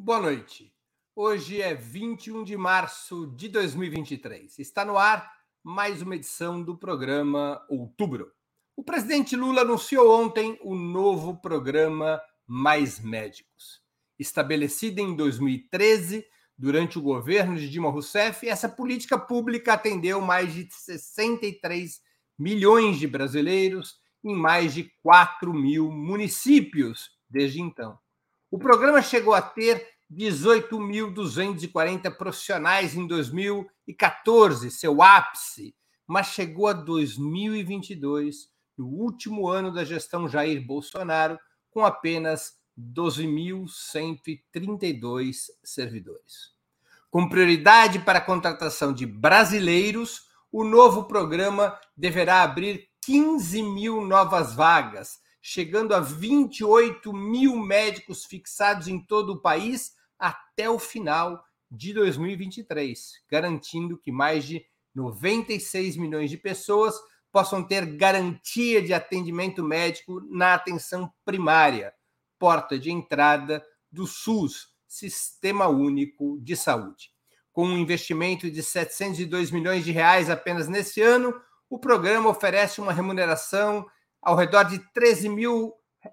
Boa noite. Hoje é 21 de março de 2023. Está no ar mais uma edição do programa Outubro. O presidente Lula anunciou ontem o novo programa Mais Médicos. Estabelecido em 2013, durante o governo de Dilma Rousseff, essa política pública atendeu mais de 63 milhões de brasileiros em mais de 4 mil municípios desde então. O programa chegou a ter 18.240 profissionais em 2014, seu ápice, mas chegou a 2022, no último ano da gestão Jair Bolsonaro, com apenas 12.132 servidores. Com prioridade para a contratação de brasileiros, o novo programa deverá abrir 15 mil novas vagas, chegando a 28 mil médicos fixados em todo o país até o final de 2023, garantindo que mais de 96 milhões de pessoas possam ter garantia de atendimento médico na atenção primária, porta de entrada do SUS, Sistema Único de Saúde. Com um investimento de 702 milhões de reais apenas nesse ano, o programa oferece uma remuneração ao redor de 13 mil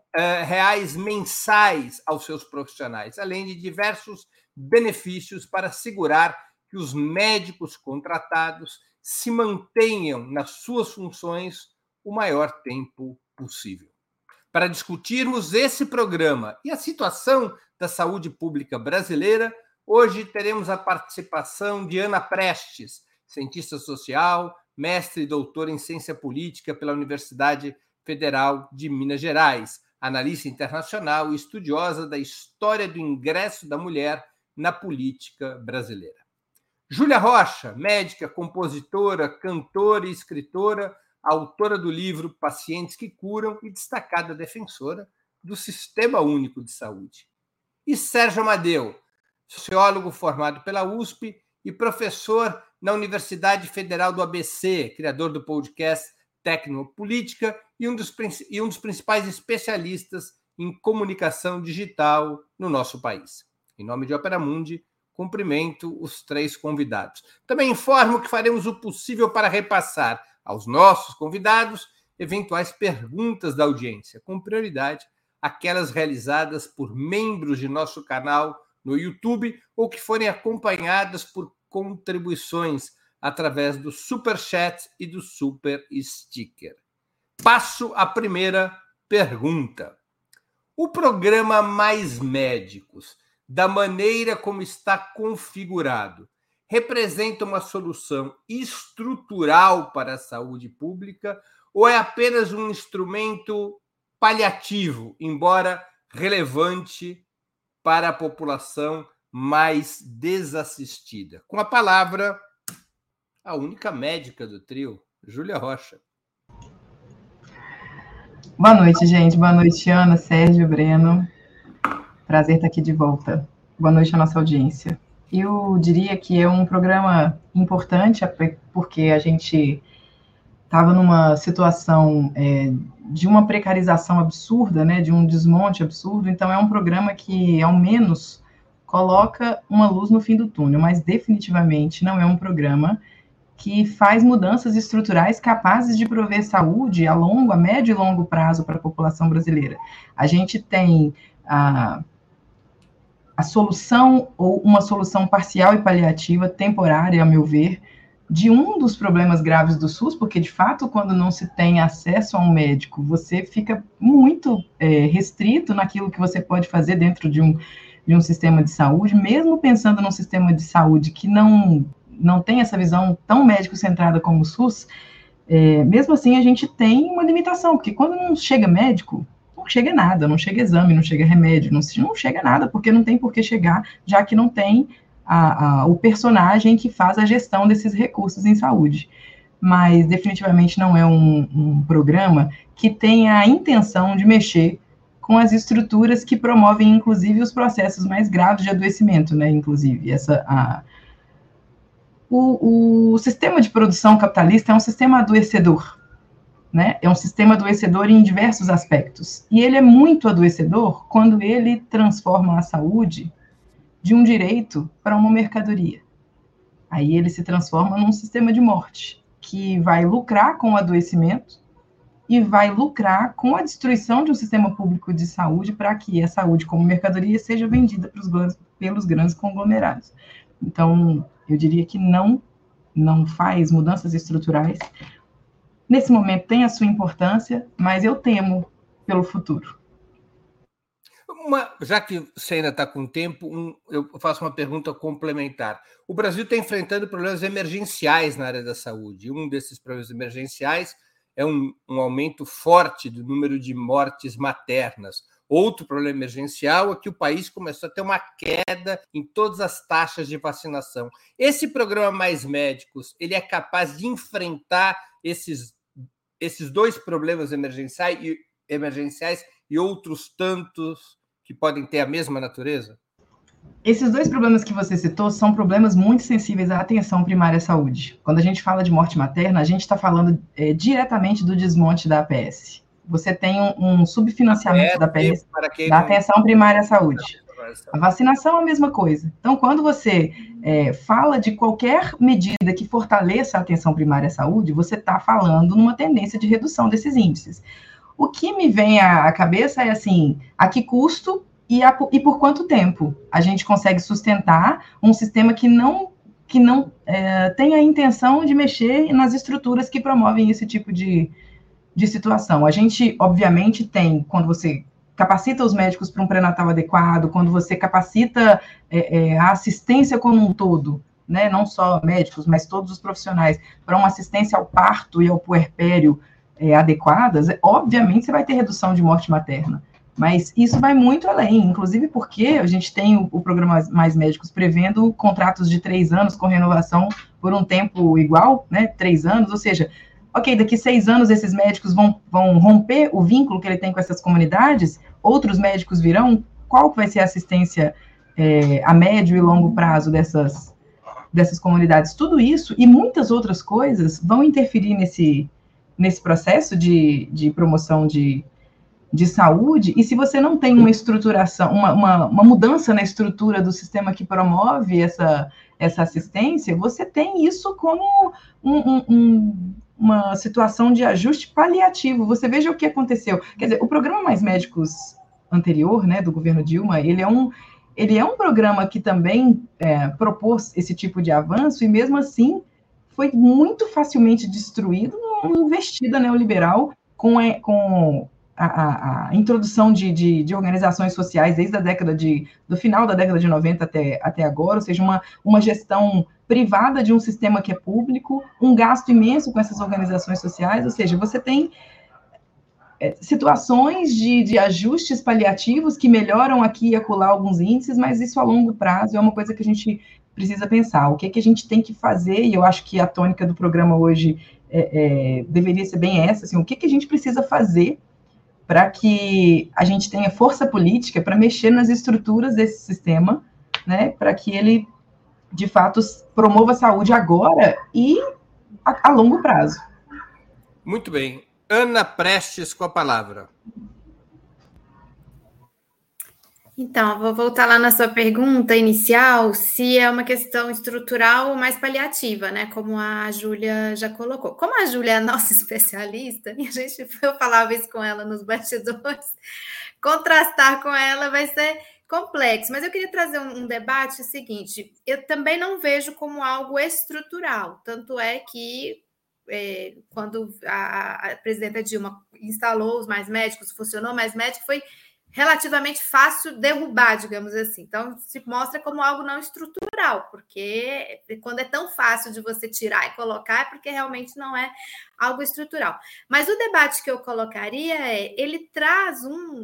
reais mensais aos seus profissionais, além de diversos benefícios para assegurar que os médicos contratados se mantenham nas suas funções o maior tempo possível. Para discutirmos esse programa e a situação da saúde pública brasileira, hoje teremos a participação de Ana Prestes, cientista social, mestre e doutora em ciência política pela Universidade Federal de Minas Gerais, analista internacional e estudiosa da história do ingresso da mulher na política brasileira. Júlia Rocha, médica, compositora, cantora e escritora, autora do livro Pacientes que Curam e destacada defensora do Sistema Único de Saúde. E Sérgio Amadeu, sociólogo formado pela USP e professor na Universidade Federal do ABC, criador do podcast Tecnopolítica e um dos principais especialistas em comunicação digital no nosso país. Em nome de Opera Mundi, cumprimento os três convidados. Também informo que faremos o possível para repassar aos nossos convidados eventuais perguntas da audiência, com prioridade aquelas realizadas por membros de nosso canal no YouTube ou que forem acompanhadas por contribuições através do Super Chat e do Super Sticker. Passo à primeira pergunta. O programa Mais Médicos, da maneira como está configurado, representa uma solução estrutural para a saúde pública ou é apenas um instrumento paliativo, embora relevante para a população mais desassistida? Com a palavra, a única médica do trio, Júlia Rocha. Boa noite, gente. Boa noite, Ana, Sérgio, Breno. Prazer estar aqui de volta. Boa noite à nossa audiência. Eu diria que é um programa importante, porque a gente estava numa situação de uma precarização absurda, né, de um desmonte absurdo. Então, é um programa que, ao menos, coloca uma luz no fim do túnel, mas definitivamente não é um programa que faz mudanças estruturais capazes de prover saúde a médio e longo prazo para a população brasileira. A gente tem a solução, ou uma solução parcial e paliativa, temporária, a meu ver, de um dos problemas graves do SUS, porque, de fato, quando não se tem acesso a um médico, você fica muito restrito naquilo que você pode fazer dentro de um sistema de saúde, mesmo pensando num sistema de saúde que não tem essa visão tão médico-centrada como o SUS, mesmo assim a gente tem uma limitação, porque quando não chega médico, não chega nada, não chega exame, não chega remédio, não chega nada, porque não tem por que chegar, já que não tem o personagem que faz a gestão desses recursos em saúde. Mas definitivamente não é um programa que tenha a intenção de mexer com as estruturas que promovem, inclusive, os processos mais graves de adoecimento, né? Inclusive, o sistema de produção capitalista é um sistema adoecedor, né? É um sistema adoecedor em diversos aspectos. E ele é muito adoecedor quando ele transforma a saúde de um direito para uma mercadoria. Aí ele se transforma num sistema de morte, que vai lucrar com o adoecimento e vai lucrar com a destruição de um sistema público de saúde para que a saúde como mercadoria seja vendida pelos grandes conglomerados. Então, eu diria que não faz mudanças estruturais. Nesse momento tem a sua importância, mas eu temo pelo futuro. Já que você ainda está com tempo, eu faço uma pergunta complementar. O Brasil está enfrentando problemas emergenciais na área da saúde. Um desses problemas emergenciais é um aumento forte do número de mortes maternas. Outro problema emergencial é que o país começou a ter uma queda em todas as taxas de vacinação. Esse programa Mais Médicos, ele é capaz de enfrentar esses dois problemas emergenciais e outros tantos que podem ter a mesma natureza? Esses dois problemas que você citou são problemas muito sensíveis à atenção primária à saúde. Quando a gente fala de morte materna, a gente está falando diretamente do desmonte da APS. Você tem um subfinanciamento da APS, da atenção primária à saúde. A vacinação é a mesma coisa. Então, quando você fala de qualquer medida que fortaleça a atenção primária à saúde, você está falando numa tendência de redução desses índices. O que me vem à cabeça é assim, a que custo e por quanto tempo a gente consegue sustentar um sistema que não tem a intenção de mexer nas estruturas que promovem esse tipo de situação. A gente, obviamente, tem, quando você capacita os médicos para um pré-natal adequado, quando você capacita a assistência como um todo, né, não só médicos, mas todos os profissionais, para uma assistência ao parto e ao puerpério adequadas, obviamente você vai ter redução de morte materna. Mas isso vai muito além, inclusive porque a gente tem o programa Mais Médicos prevendo contratos de 3 anos com renovação por um tempo igual, né, 3 anos, ou seja, ok, daqui 6 anos esses médicos vão romper o vínculo que ele tem com essas comunidades, outros médicos virão, qual vai ser a assistência a médio e longo prazo dessas comunidades? Tudo isso e muitas outras coisas vão interferir nesse processo de promoção de saúde, e se você não tem uma estruturação, uma mudança na estrutura do sistema que promove essa assistência, você tem isso como uma situação de ajuste paliativo. Você veja o que aconteceu. Quer dizer, o programa Mais Médicos anterior, né, do governo Dilma, ele é um programa que também propôs esse tipo de avanço, e mesmo assim foi muito facilmente destruído numa investida neoliberal com a introdução de organizações sociais desde do final da década de 90 até agora, ou seja, uma gestão privada de um sistema que é público, um gasto imenso com essas organizações sociais, ou seja, você tem situações de ajustes paliativos que melhoram aqui e acolá alguns índices, mas isso a longo prazo é uma coisa que a gente precisa pensar. O que a gente tem que fazer, e eu acho que a tônica do programa hoje deveria ser bem essa, assim, o que a gente precisa fazer para que a gente tenha força política para mexer nas estruturas desse sistema, né, para que ele, de fato, promova a saúde agora e a longo prazo. Muito bem. Ana Prestes com a palavra. Então, vou voltar lá na sua pergunta inicial, se é uma questão estrutural ou mais paliativa, né? Como a Júlia já colocou. Como a Júlia é a nossa especialista, e eu falava isso com ela nos bastidores, contrastar com ela vai ser complexo. Mas eu queria trazer um debate seguinte: eu também não vejo como algo estrutural. Tanto é que quando a presidenta Dilma instalou os Mais Médicos, funcionou Mais Médico, foi relativamente fácil derrubar, digamos assim. Então, se mostra como algo não estrutural, porque quando é tão fácil de você tirar e colocar, é porque realmente não é algo estrutural. Mas o debate que eu colocaria ele traz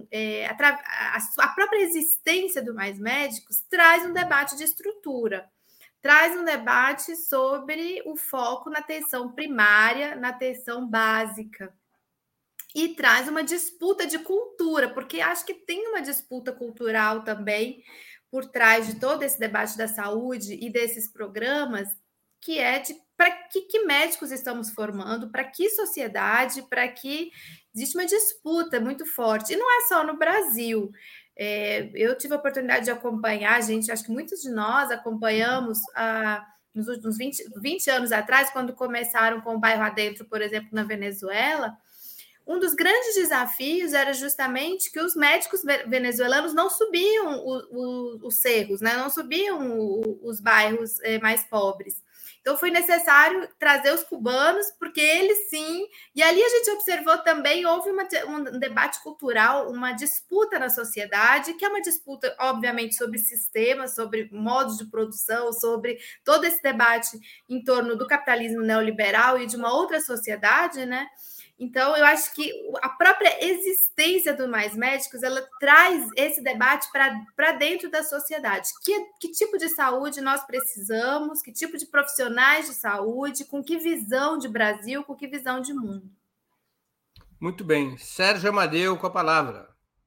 a própria existência do Mais Médicos traz um debate de estrutura, traz um debate sobre o foco na atenção primária, na atenção básica, e traz uma disputa de cultura, porque acho que tem uma disputa cultural também por trás de todo esse debate da saúde e desses programas, que é de para que médicos estamos formando, para que sociedade, para que existe uma disputa muito forte, e não é só no Brasil. Eu tive a oportunidade de acompanhar, gente, acho que muitos de nós acompanhamos nos últimos 20 anos atrás, quando começaram com o Bairro Adentro, por exemplo, na Venezuela. Um dos grandes desafios era justamente que os médicos venezuelanos não subiam os cerros, né? Não subiam os bairros mais pobres. Então, foi necessário trazer os cubanos, porque eles sim... E ali a gente observou também, houve um debate cultural, uma disputa na sociedade, que é uma disputa, obviamente, sobre sistemas, sobre modos de produção, sobre todo esse debate em torno do capitalismo neoliberal e de uma outra sociedade, né? Então, eu acho que a própria existência do Mais Médicos, ela traz esse debate para dentro da sociedade. Que tipo de saúde nós precisamos, que tipo de profissionais de saúde, com que visão de Brasil, com que visão de mundo. Muito bem. Sérgio Amadeu, com a palavra.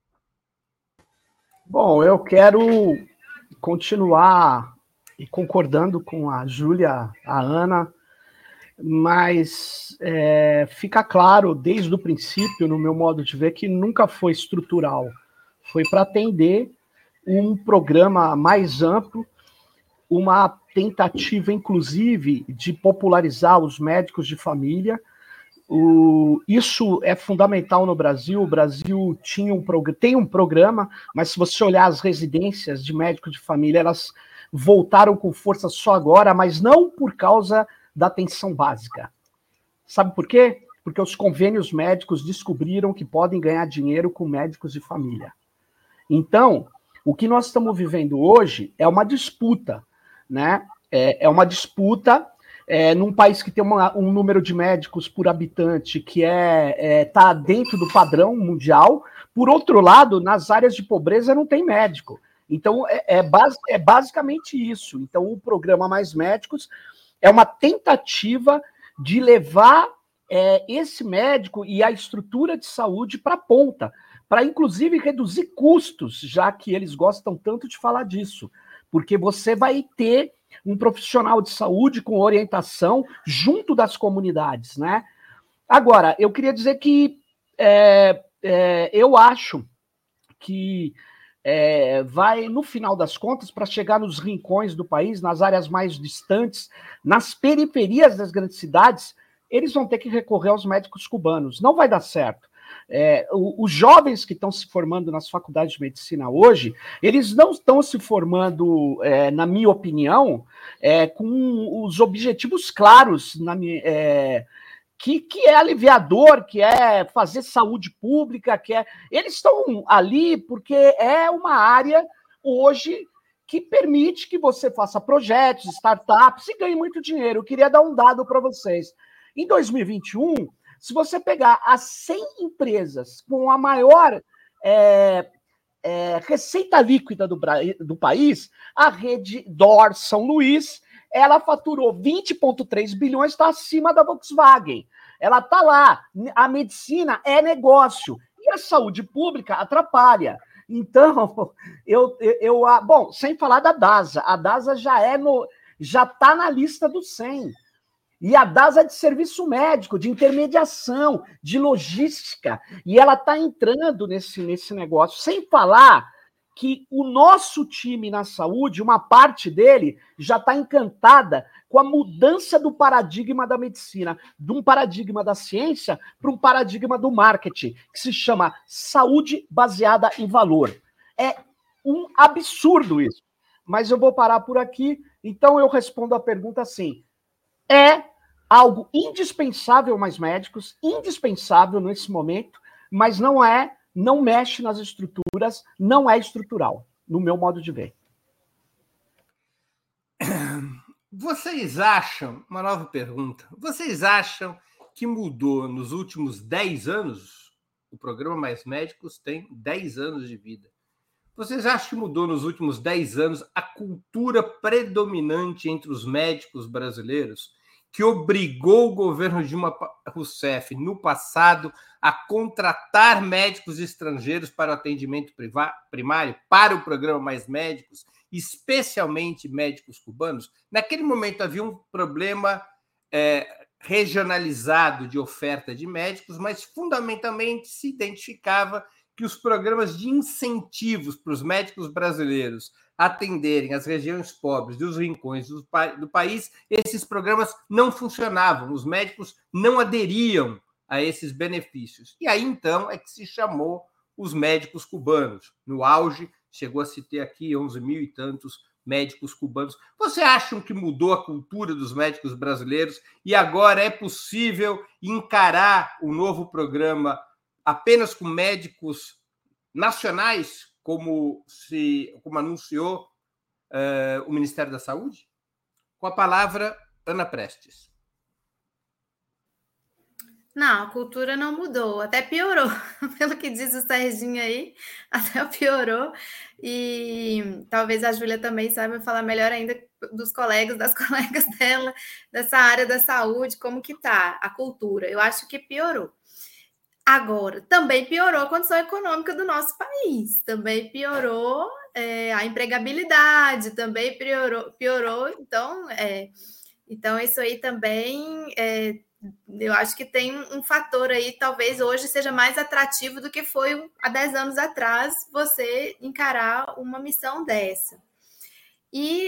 Bom, eu quero continuar concordando com a Júlia, a Ana, mas fica claro desde o princípio, no meu modo de ver, que nunca foi estrutural. Foi para atender um programa mais amplo, uma tentativa, inclusive, de popularizar os médicos de família. Isso é fundamental no Brasil. O Brasil tem um programa, mas se você olhar as residências de médicos de família, elas voltaram com força só agora, mas não por causa da atenção básica. Sabe por quê? Porque os convênios médicos descobriram que podem ganhar dinheiro com médicos de família. Então, o que nós estamos vivendo hoje é uma disputa, né? É uma disputa num país que tem um número de médicos por habitante que está dentro do padrão mundial. Por outro lado, nas áreas de pobreza não tem médico. Então, é basicamente isso. Então, o programa Mais Médicos é uma tentativa de levar esse médico e a estrutura de saúde para a ponta, para, inclusive, reduzir custos, já que eles gostam tanto de falar disso. Porque você vai ter um profissional de saúde com orientação junto das comunidades, né? Agora, eu queria dizer que eu acho que vai, no final das contas, para chegar nos rincões do país, nas áreas mais distantes, nas periferias das grandes cidades, eles vão ter que recorrer aos médicos cubanos. Não vai dar certo. Os jovens que estão se formando nas faculdades de medicina hoje, eles não estão se formando, na minha opinião, com os objetivos claros, que é aliviador, que é fazer saúde pública, eles estão ali porque é uma área hoje que permite que você faça projetos, startups e ganhe muito dinheiro. Eu queria dar um dado para vocês. Em 2021, se você pegar as 100 empresas com a maior receita líquida do país, a rede DOR São Luís, ela faturou 20,3 bilhões, está acima da Volkswagen. Ela está lá. A medicina é negócio. E a saúde pública atrapalha. Então, bom, sem falar da DASA. A DASA já está na lista dos 100. E a DASA é de serviço médico, de intermediação, de logística. E ela está entrando nesse negócio. Sem falar que o nosso time na saúde, uma parte dele, já está encantada com a mudança do paradigma da medicina, de um paradigma da ciência para um paradigma do marketing, que se chama saúde baseada em valor. É um absurdo isso. Mas eu vou parar por aqui, então eu respondo a pergunta assim: é algo indispensável Mais Médicos, indispensável nesse momento, mas não mexe nas estruturas, não é estrutural, no meu modo de ver. Vocês acham, uma nova pergunta, vocês acham que mudou nos últimos 10 anos? O programa Mais Médicos tem 10 anos de vida. Vocês acham que mudou nos últimos 10 anos a cultura predominante entre os médicos brasileiros, que obrigou o governo Dilma Rousseff, no passado, a contratar médicos estrangeiros para o atendimento primário, para o programa Mais Médicos, especialmente médicos cubanos? Naquele momento havia um problema regionalizado de oferta de médicos, mas fundamentalmente se identificava que que os programas de incentivos para os médicos brasileiros atenderem as regiões pobres dos rincões do país, esses programas não funcionavam, os médicos não aderiam a esses benefícios. E aí, então, é que se chamou os médicos cubanos. No auge, chegou a se ter aqui 11 mil e tantos médicos cubanos. Você acham que mudou a cultura dos médicos brasileiros e agora é possível encarar o novo programa apenas com médicos nacionais, como anunciou o Ministério da Saúde? Com a palavra, Ana Prestes. Não, a cultura não mudou, até piorou. Pelo que diz o Serginho aí, até piorou. E talvez a Júlia também saiba falar melhor ainda dos colegas, das colegas dela, dessa área da saúde, como que tá a cultura. Eu acho que piorou. Agora, também piorou a condição econômica do nosso país, também piorou a empregabilidade, também piorou. Então isso aí também... eu acho que tem um fator aí, talvez hoje seja mais atrativo do que foi há 10 anos atrás você encarar uma missão dessa. E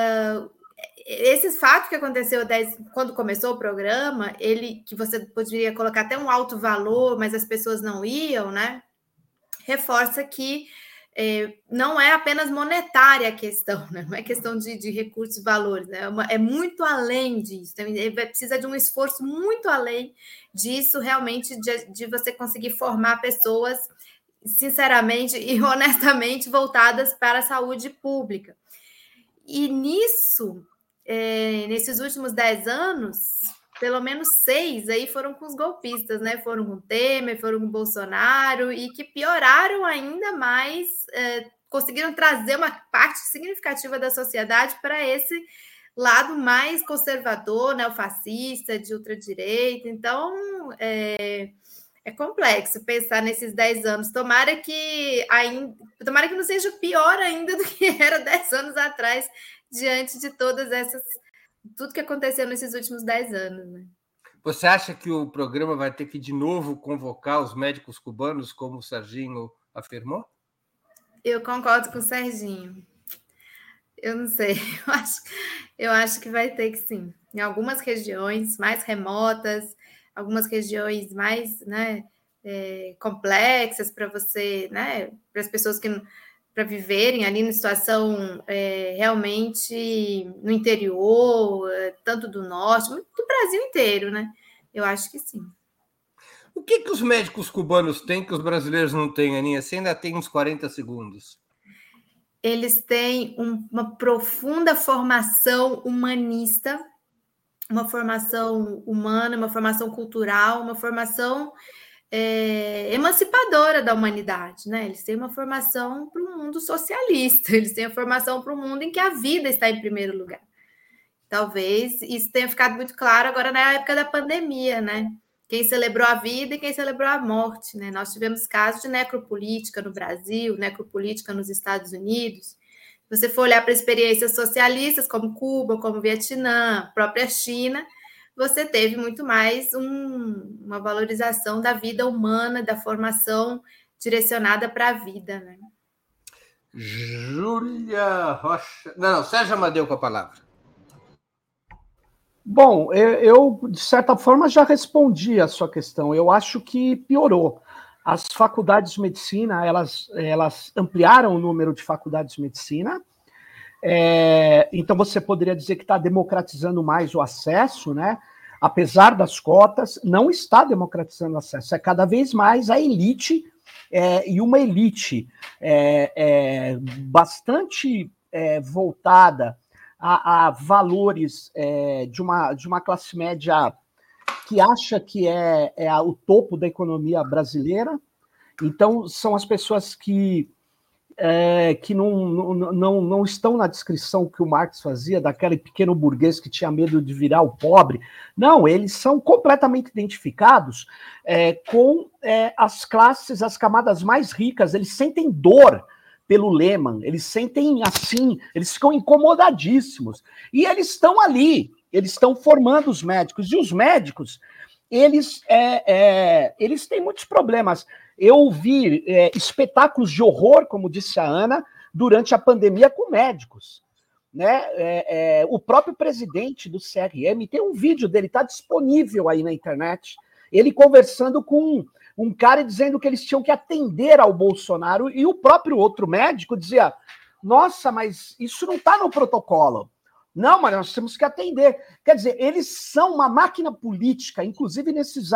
esse fato que aconteceu quando começou o programa, que você poderia colocar até um alto valor, mas as pessoas não iam, né? Reforça que não é apenas monetária a questão, né? Não é questão de recursos e valores, né? É muito além disso. Precisa de um esforço muito além disso, realmente, de você conseguir formar pessoas, sinceramente e honestamente, voltadas para a saúde pública. E nisso, nesses últimos 10 anos, pelo menos 6 aí foram com os golpistas, né? Foram com o Temer, foram com o Bolsonaro, e que pioraram ainda mais, conseguiram trazer uma parte significativa da sociedade para esse lado mais conservador, neofascista, de ultradireita. Então, é complexo pensar nesses 10 anos. Tomara que não seja pior ainda do que era 10 anos atrás, diante de tudo que aconteceu nesses últimos 10 anos. Né? Você acha que o programa vai ter que, de novo, convocar os médicos cubanos, como o Serginho afirmou? Eu concordo com o Serginho. Eu não sei. Eu acho que vai ter que sim. Em algumas regiões mais remotas, algumas regiões mais, né, complexas para você, né, para as pessoas para viverem ali na situação realmente no interior, tanto do norte, do Brasil inteiro, né? Eu acho que sim. O que os médicos cubanos têm que os brasileiros não têm, Aninha? Você ainda tem uns 40 segundos. Eles têm uma profunda formação humanista, uma formação humana, uma formação cultural, uma formação emancipadora da humanidade, né? Eles têm uma formação para um mundo socialista, eles têm a formação para um mundo em que a vida está em primeiro lugar. Talvez isso tenha ficado muito claro agora na época da pandemia, né? Quem celebrou a vida e quem celebrou a morte, né? Nós tivemos casos de necropolítica no Brasil, necropolítica nos Estados Unidos. Se você for olhar para experiências socialistas, como Cuba, como Vietnã, a própria China, você teve muito mais uma valorização da vida humana, da formação direcionada para a vida, né? Júlia Rocha... Não, Sérgio Amadeu com a palavra. Bom, eu, de certa forma, já respondi a sua questão. Eu acho que piorou. As faculdades de medicina, elas ampliaram o número de faculdades de medicina. Então, você poderia dizer que está democratizando mais o acesso, né? Apesar das cotas, não está democratizando o acesso. É cada vez mais a elite, e uma elite bastante voltada a valores de uma classe média que acha que é o topo da economia brasileira. Então, são as pessoas que não estão na descrição que o Marx fazia, daquele pequeno burguês que tinha medo de virar o pobre. Não, eles são completamente identificados com as classes, as camadas mais ricas. Eles sentem dor pelo Lehman, eles sentem assim, eles ficam incomodadíssimos. E eles estão ali, eles estão formando os médicos. E os médicos, eles têm muitos problemas. eu vi espetáculos de horror, como disse a Ana, durante a pandemia com médicos. Né? O próprio presidente do CRM tem um vídeo dele, está disponível aí na internet, ele conversando com um cara dizendo que eles tinham que atender ao Bolsonaro, e o próprio outro médico dizia, nossa, mas isso não está no protocolo. Não, mas nós temos que atender. Quer dizer, eles são uma máquina política, inclusive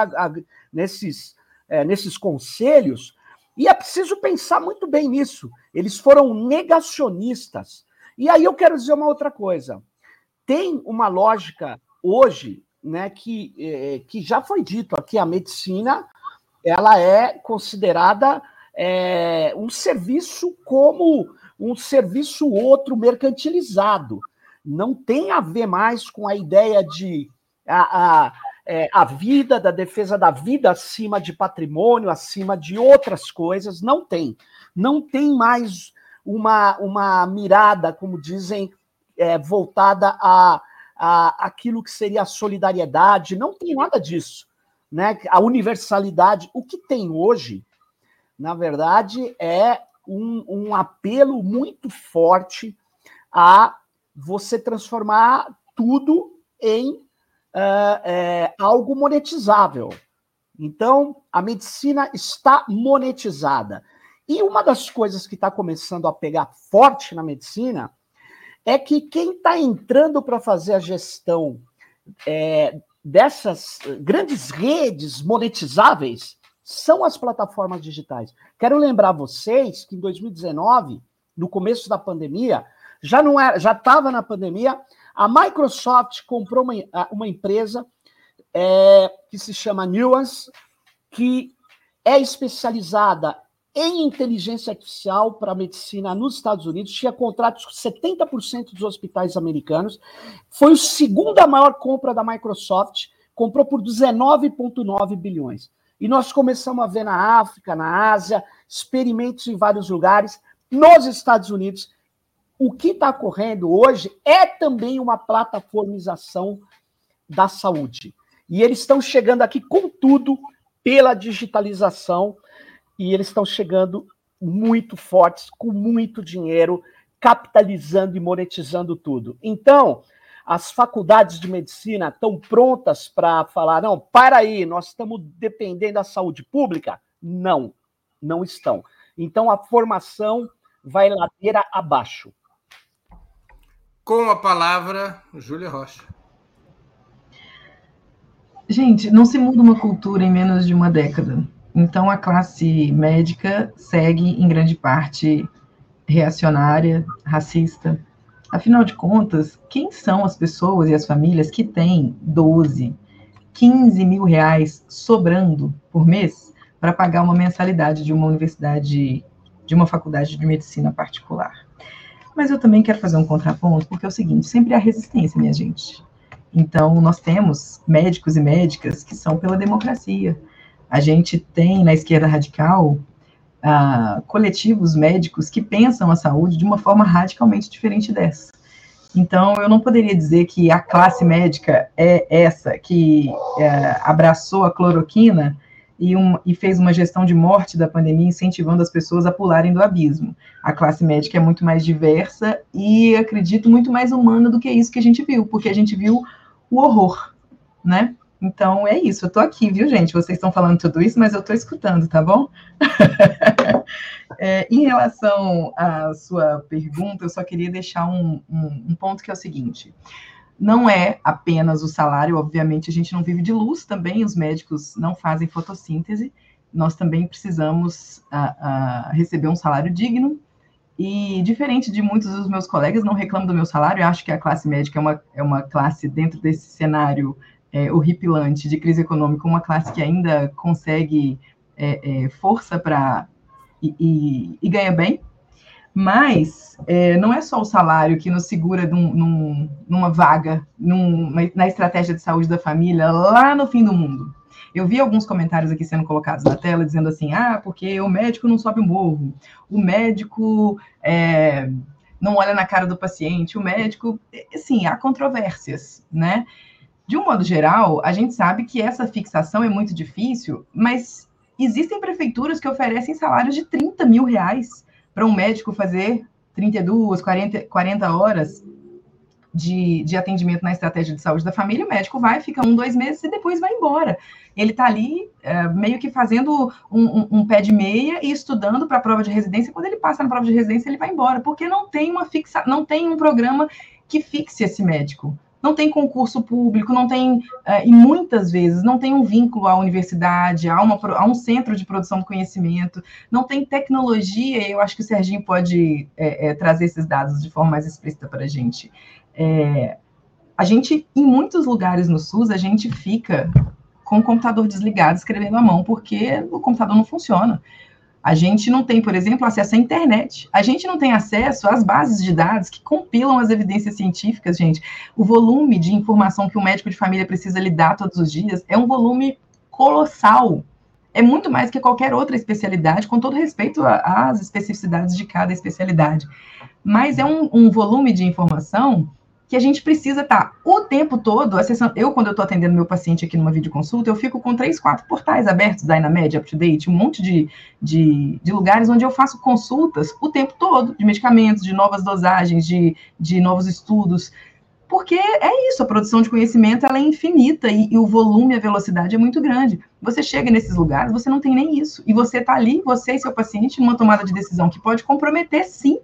nesses conselhos, e é preciso pensar muito bem nisso. Eles foram negacionistas. E aí eu quero dizer uma outra coisa. Tem uma lógica hoje, né, que já foi dito aqui, a medicina ela é considerada um serviço como um serviço outro mercantilizado. Não tem a ver mais com a ideia de a vida, da defesa da vida acima de patrimônio, acima de outras coisas. Não tem. Não tem mais uma mirada, como dizem, voltada a aquilo que seria a solidariedade. Não tem nada disso. Né? A universalidade. O que tem hoje, na verdade, é um apelo muito forte a você transformar tudo em algo monetizável. Então, a medicina está monetizada. E uma das coisas que está começando a pegar forte na medicina é que quem está entrando para fazer a gestão dessas grandes redes monetizáveis são as plataformas digitais. Quero lembrar vocês que em 2019, no começo da pandemia, já estava na pandemia, a Microsoft comprou uma empresa que se chama Nuance, que é especializada em inteligência artificial para a medicina nos Estados Unidos, tinha contratos com 70% dos hospitais americanos, foi a segunda maior compra da Microsoft, comprou por 19,9 bilhões. E nós começamos a ver na África, na Ásia, experimentos em vários lugares, nos Estados Unidos. O que está ocorrendo hoje é também uma plataformização da saúde. E eles estão chegando aqui com tudo pela digitalização, e eles estão chegando muito fortes, com muito dinheiro, capitalizando e monetizando tudo. Então, as faculdades de medicina estão prontas para falar, não, para aí, nós estamos dependendo da saúde pública? Não, não estão. Então, a formação vai ladeira abaixo. Com a palavra, Júlia Rocha. Gente, não se muda uma cultura em menos de uma década. Então, a classe médica segue, em grande parte, reacionária, racista. Afinal de contas, quem são as pessoas e as famílias que têm 12, 15 mil reais sobrando por mês para pagar uma mensalidade de uma universidade, de uma faculdade de medicina particular? Mas eu também quero fazer um contraponto, porque é o seguinte, sempre há resistência, minha gente. Então, nós temos médicos e médicas que são pela democracia. A gente tem, na esquerda radical, coletivos médicos que pensam a saúde de uma forma radicalmente diferente dessa. Então, eu não poderia dizer que a classe médica é essa que abraçou a cloroquina e fez uma gestão de morte da pandemia, incentivando as pessoas a pularem do abismo. A classe médica é muito mais diversa e, acredito, muito mais humana do que isso que a gente viu, porque a gente viu o horror, né? Então, é isso. Eu tô aqui, viu, gente? Vocês estão falando tudo isso, mas eu tô escutando, tá bom? Em relação à sua pergunta, eu só queria deixar um ponto que é o seguinte. Não é apenas o salário, obviamente, a gente não vive de luz também, os médicos não fazem fotossíntese, nós também precisamos receber um salário digno, e diferente de muitos dos meus colegas, não reclamo do meu salário, eu acho que a classe médica é uma classe dentro desse cenário horripilante de crise econômica, uma classe que ainda consegue força para e ganha bem, mas não é só o salário que nos segura numa vaga, na estratégia de saúde da família, lá no fim do mundo. Eu vi alguns comentários aqui sendo colocados na tela, dizendo assim, porque o médico não sobe o morro, o médico não olha na cara do paciente, o médico... Sim, há controvérsias, né? De um modo geral, a gente sabe que essa fixação é muito difícil, mas Existem prefeituras que oferecem salários de R$30 mil para um médico fazer 32, 40 horas de atendimento na estratégia de saúde da família. O médico vai, fica 1, 2 meses e depois vai embora. Ele está ali meio que fazendo um pé de meia e estudando para a prova de residência. Quando ele passa na prova de residência, ele vai embora, porque não tem um programa que fixe esse médico. Não tem concurso público, não tem, e muitas vezes não tem um vínculo à universidade, a um centro de produção de conhecimento, não tem tecnologia. Eu acho que o Serginho pode trazer esses dados de forma mais explícita para a gente. A gente, em muitos lugares no SUS, a gente fica com o computador desligado, escrevendo à mão, porque o computador não funciona. A gente não tem, por exemplo, acesso à internet. A gente não tem acesso às bases de dados que compilam as evidências científicas, gente. O volume de informação que o médico de família precisa lidar todos os dias é um volume colossal. É muito mais que qualquer outra especialidade, com todo respeito às especificidades de cada especialidade. Mas é um volume de informação que a gente precisa estar o tempo todo acessando. Quando eu estou atendendo meu paciente aqui numa videoconsulta, eu fico com 3, 4 portais abertos, Dynamed, UpToDate, um monte de lugares onde eu faço consultas o tempo todo, de medicamentos, de novas dosagens, de novos estudos, porque é isso, a produção de conhecimento ela é infinita e o volume, a velocidade é muito grande. Você chega nesses lugares, você não tem nem isso, e você está ali, você e seu paciente, numa tomada de decisão que pode comprometer, sim,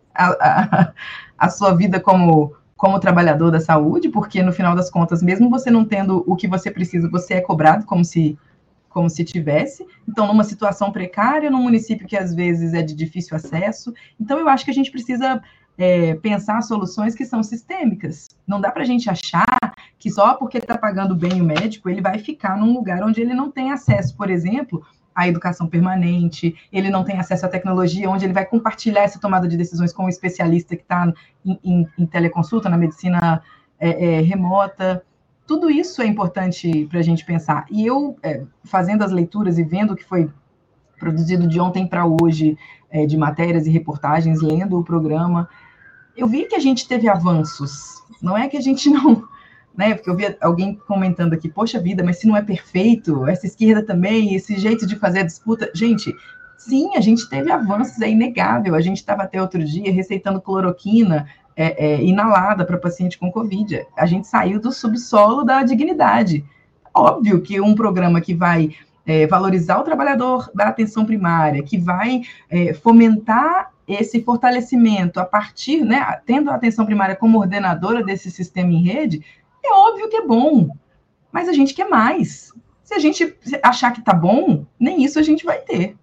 a sua vida como trabalhador da saúde, porque no final das contas, mesmo você não tendo o que você precisa, você é cobrado como se tivesse. Então, numa situação precária, num município que às vezes é de difícil acesso. Então, eu acho que a gente precisa pensar soluções que são sistêmicas. Não dá para a gente achar que só porque está pagando bem o médico, ele vai ficar num lugar onde ele não tem acesso, por exemplo, à educação permanente, ele não tem acesso à tecnologia, onde ele vai compartilhar essa tomada de decisões com o especialista que está em teleconsulta, na medicina remota. Tudo isso é importante para a gente pensar. E eu, fazendo as leituras e vendo o que foi produzido de ontem para hoje, de matérias e reportagens, lendo o programa, eu vi que a gente teve avanços. Não é que a gente não... Né, porque eu vi alguém comentando aqui, poxa vida, mas se não é perfeito, essa esquerda também, esse jeito de fazer a disputa... Gente, sim, a gente teve avanços, é inegável. A gente estava até outro dia receitando cloroquina inalada para paciente com Covid. A gente saiu do subsolo da dignidade. Óbvio que um programa que vai valorizar o trabalhador da atenção primária, que vai fomentar esse fortalecimento a partir, né, tendo a atenção primária como ordenadora desse sistema em rede, é óbvio que é bom, mas a gente quer mais. Se a gente achar que tá bom, nem isso a gente vai ter.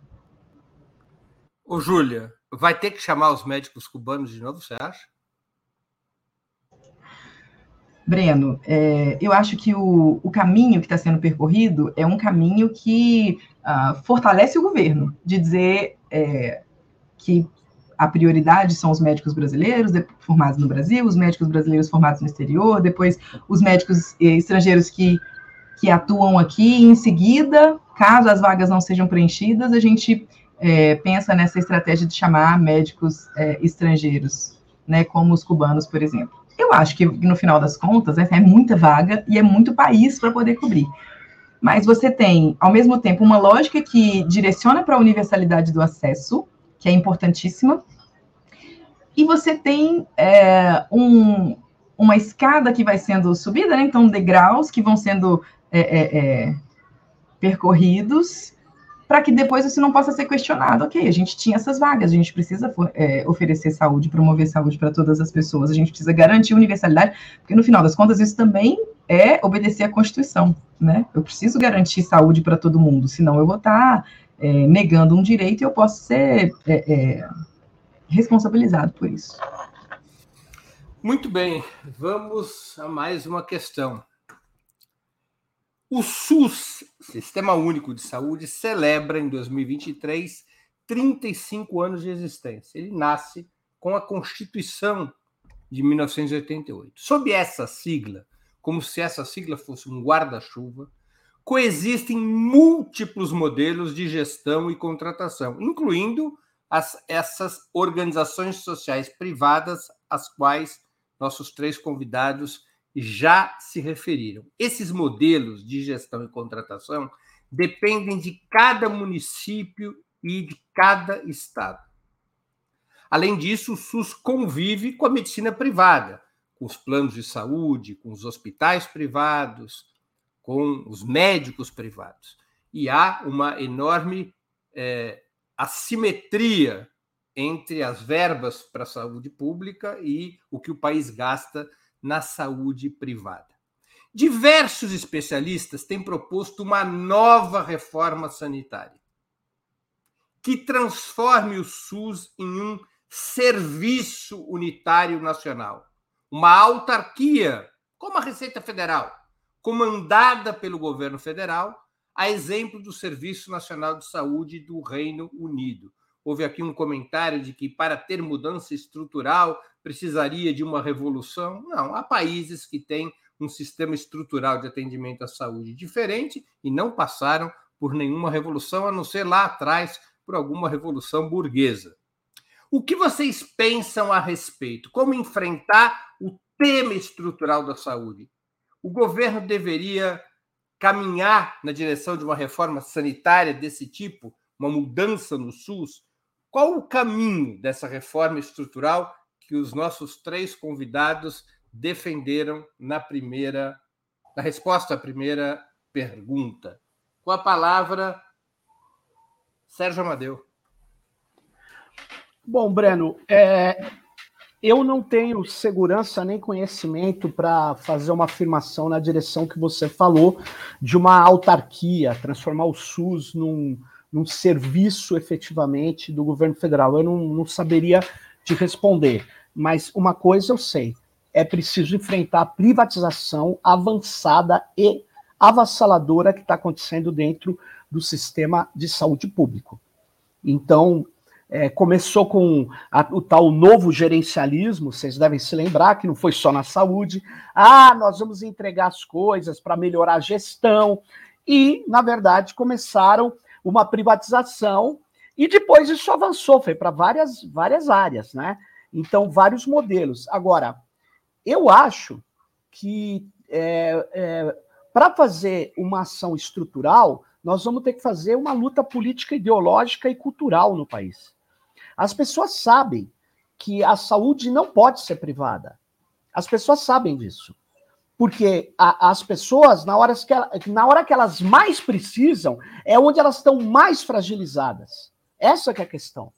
Ô, Júlia, vai ter que chamar os médicos cubanos de novo, você acha? Breno, eu acho que o caminho que está sendo percorrido é um caminho que fortalece o governo, de dizer que a prioridade são os médicos brasileiros formados no Brasil, os médicos brasileiros formados no exterior, depois os médicos estrangeiros que atuam aqui, e em seguida, caso as vagas não sejam preenchidas, a gente pensa nessa estratégia de chamar médicos estrangeiros, né, como os cubanos, por exemplo. Eu acho que, no final das contas, é muita vaga e é muito país para poder cobrir. Mas você tem, ao mesmo tempo, uma lógica que direciona para a universalidade do acesso, que é importantíssima, e você tem uma escada que vai sendo subida, né? Então, degraus que vão sendo percorridos, para que depois isso não possa ser questionado. Ok, a gente tinha essas vagas, a gente precisa oferecer saúde, promover saúde para todas as pessoas, a gente precisa garantir universalidade, porque, no final das contas, isso também é obedecer à Constituição, né? Eu preciso garantir saúde para todo mundo, senão eu vou estar negando um direito e eu posso ser responsabilizado por isso. Muito bem, vamos a mais uma questão. O SUS, Sistema Único de Saúde, celebra em 2023 35 anos de existência. Ele nasce com a Constituição de 1988. Sob essa sigla, como se essa sigla fosse um guarda-chuva, coexistem múltiplos modelos de gestão e contratação, incluindo essas organizações sociais privadas, às quais nossos 3 convidados já se referiram. Esses modelos de gestão e contratação dependem de cada município e de cada estado. Além disso, o SUS convive com a medicina privada, com os planos de saúde, com os hospitais privados, com os médicos privados. E há uma enorme assimetria entre as verbas para a saúde pública e o que o país gasta na saúde privada. Diversos especialistas têm proposto uma nova reforma sanitária que transforme o SUS em um serviço unitário nacional, uma autarquia, como a Receita Federal, comandada pelo governo federal, a exemplo do Serviço Nacional de Saúde do Reino Unido. Houve aqui um comentário de que, para ter mudança estrutural, precisaria de uma revolução. Não, há países que têm um sistema estrutural de atendimento à saúde diferente e não passaram por nenhuma revolução, a não ser lá atrás, por alguma revolução burguesa. O que vocês pensam a respeito? Como enfrentar o tema estrutural da saúde? O governo deveria caminhar na direção de uma reforma sanitária desse tipo, uma mudança no SUS? Qual o caminho dessa reforma estrutural que os nossos 3 convidados defenderam na resposta à primeira pergunta? Com a palavra, Sérgio Amadeu. Bom, Breno, eu não tenho segurança nem conhecimento para fazer uma afirmação na direção que você falou de uma autarquia, transformar o SUS num serviço efetivamente do governo federal. Eu não saberia te responder, mas uma coisa eu sei, é preciso enfrentar a privatização avançada e avassaladora que está acontecendo dentro do sistema de saúde público. Então, começou com o tal novo gerencialismo, vocês devem se lembrar que não foi só na saúde. Nós vamos entregar as coisas para melhorar a gestão. E, na verdade, começaram uma privatização e depois isso avançou, foi para várias áreas, né? Então, vários modelos. Agora, eu acho que para fazer uma ação estrutural, nós vamos ter que fazer uma luta política, ideológica e cultural no país. As pessoas sabem que a saúde não pode ser privada. As pessoas sabem disso. Porque as pessoas, na hora que elas mais precisam, é onde elas estão mais fragilizadas. Essa que é a questão.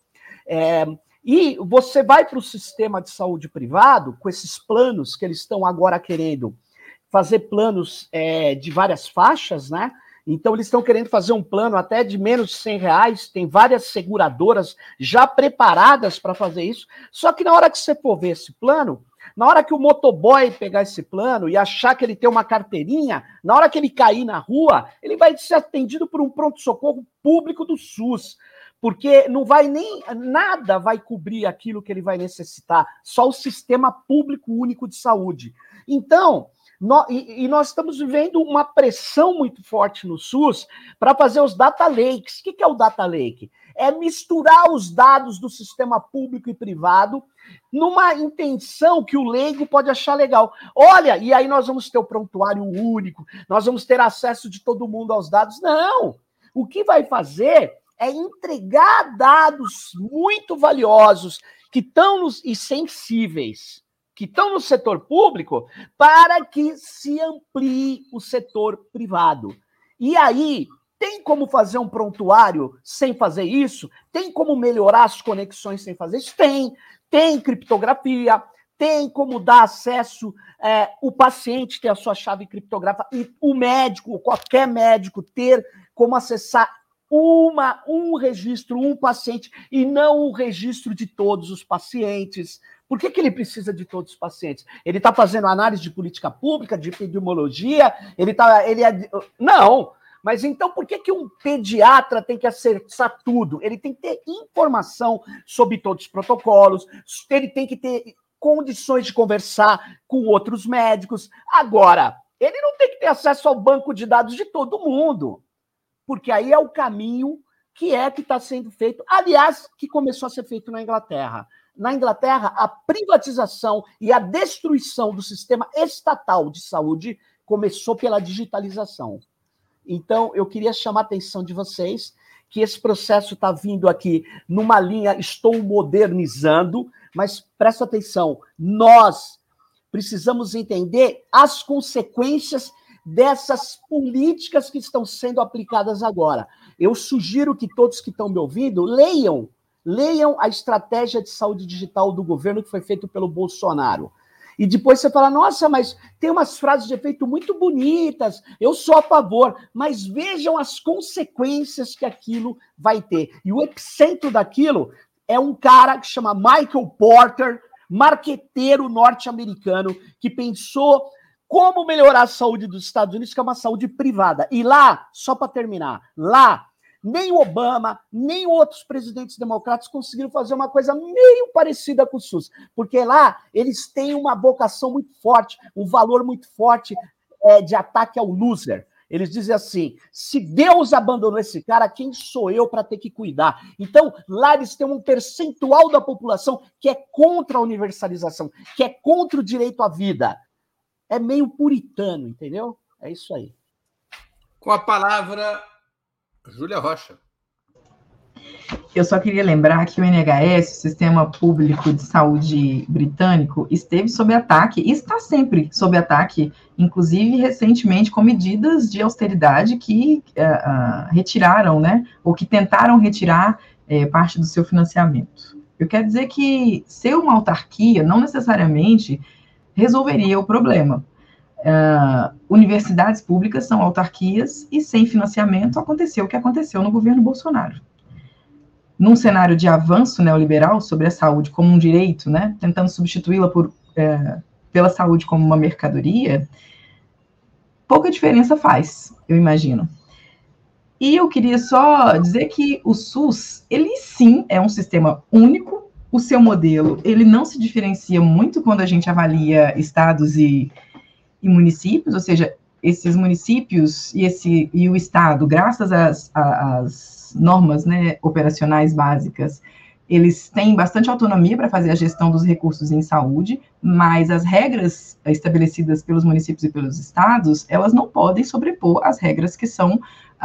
E você vai para o sistema de saúde privado, com esses planos que eles estão agora querendo fazer planos de várias faixas, né? Então, eles estão querendo fazer um plano até de menos de R$100, tem várias seguradoras já preparadas para fazer isso, só que na hora que você for ver esse plano, na hora que o motoboy pegar esse plano e achar que ele tem uma carteirinha, na hora que ele cair na rua, ele vai ser atendido por um pronto-socorro público do SUS, porque não vai nada vai cobrir aquilo que ele vai necessitar, só o Sistema Público Único de Saúde. Então, nós estamos vivendo uma pressão muito forte no SUS para fazer os data lakes. O que é o data lake? É misturar os dados do sistema público e privado numa intenção que o leigo pode achar legal. Olha, e aí nós vamos ter o prontuário único, nós vamos ter acesso de todo mundo aos dados. Não! O que vai fazer é entregar dados muito valiosos que estão e sensíveis, que estão no setor público, para que se amplie o setor privado. E aí, tem como fazer um prontuário sem fazer isso? Tem como melhorar as conexões sem fazer isso? Tem. Tem criptografia, tem como dar acesso, o paciente ter a sua chave criptográfica, e o médico, qualquer médico, ter como acessar um registro, um paciente, e não o registro de todos os pacientes. Por que ele precisa de todos os pacientes? Ele está fazendo análise de política pública, de epidemiologia? Não! Mas então por que um pediatra tem que acessar tudo? Ele tem que ter informação sobre todos os protocolos, ele tem que ter condições de conversar com outros médicos. Agora, ele não tem que ter acesso ao banco de dados de todo mundo, porque aí é o caminho que está sendo feito, aliás, que começou a ser feito na Inglaterra. Na Inglaterra, a privatização e a destruição do sistema estatal de saúde começou pela digitalização. Então, eu queria chamar a atenção de vocês que esse processo está vindo aqui numa linha, estou modernizando, mas presta atenção, nós precisamos entender as consequências dessas políticas que estão sendo aplicadas agora. Eu sugiro que todos que estão me ouvindo leiam a estratégia de saúde digital do governo que foi feito pelo Bolsonaro. E depois você fala, nossa, mas tem umas frases de efeito muito bonitas, eu sou a favor, mas vejam as consequências que aquilo vai ter. E o epicentro daquilo é um cara que chama Michael Porter, marqueteiro norte-americano, que pensou como melhorar a saúde dos Estados Unidos, que é uma saúde privada. E lá, só para terminar, lá, nem o Obama, nem outros presidentes democratas conseguiram fazer uma coisa meio parecida com o SUS, porque lá eles têm uma vocação muito forte, um valor muito forte de ataque ao loser. Eles dizem assim, se Deus abandonou esse cara, quem sou eu para ter que cuidar? Então, lá eles têm um percentual da população que é contra a universalização, que é contra o direito à vida. É meio puritano, entendeu? É isso aí. Com a palavra, Júlia Rocha. Eu só queria lembrar que o NHS, o Sistema Público de Saúde britânico, esteve sob ataque e está sempre sob ataque, inclusive recentemente com medidas de austeridade que retiraram, né, ou que tentaram retirar parte do seu financiamento. Eu quero dizer que ser uma autarquia não necessariamente resolveria o problema. Universidades públicas são autarquias e sem financiamento aconteceu o que aconteceu no governo Bolsonaro. Num cenário de avanço neoliberal sobre a saúde como um direito, né, tentando substituí-la pela saúde como uma mercadoria, pouca diferença faz, eu imagino. E eu queria só dizer que o SUS, ele sim é um sistema único, o seu modelo, ele não se diferencia muito quando a gente avalia estados e municípios, ou seja, esses municípios e o Estado, graças às normas, né, operacionais básicas, eles têm bastante autonomia para fazer a gestão dos recursos em saúde, mas as regras estabelecidas pelos municípios e pelos estados, elas não podem sobrepor as regras que são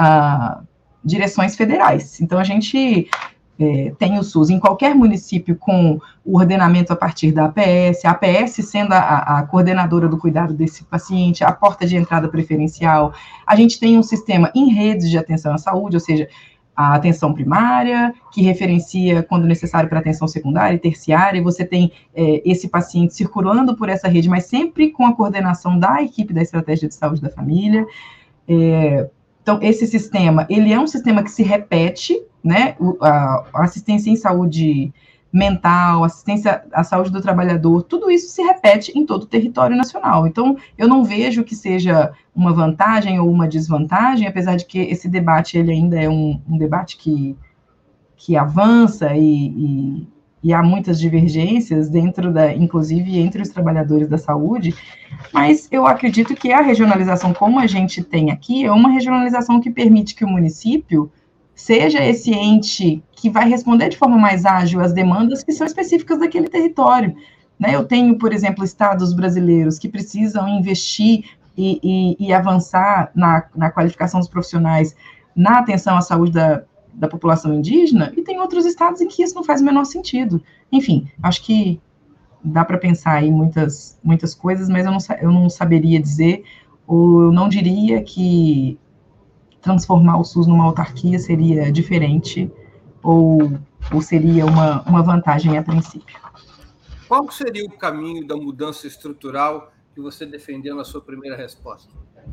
direções federais. Então, a gente tem o SUS em qualquer município com o ordenamento a partir da APS, a APS sendo a coordenadora do cuidado desse paciente, a porta de entrada preferencial. A gente tem um sistema em redes de atenção à saúde, ou seja, a atenção primária, que referencia quando necessário para atenção secundária e terciária, e você tem esse paciente circulando por essa rede, mas sempre com a coordenação da equipe da estratégia de saúde da família. Então, esse sistema, ele é um sistema que se repete, né, a assistência em saúde mental, assistência à saúde do trabalhador, tudo isso se repete em todo o território nacional. Então, eu não vejo que seja uma vantagem ou uma desvantagem, apesar de que esse debate, ele ainda é um debate que avança e há muitas divergências inclusive entre os trabalhadores da saúde, mas eu acredito que a regionalização como a gente tem aqui é uma regionalização que permite que o município seja esse ente que vai responder de forma mais ágil às demandas que são específicas daquele território. Né? Eu tenho, por exemplo, estados brasileiros que precisam investir e avançar na qualificação dos profissionais na atenção à saúde da população indígena, e tem outros estados em que isso não faz o menor sentido. Enfim, acho que dá para pensar aí muitas coisas, mas eu não saberia dizer, ou eu não diria que transformar o SUS numa autarquia seria diferente, ou seria uma vantagem a princípio. Qual seria o caminho da mudança estrutural que você defendeu na sua primeira resposta?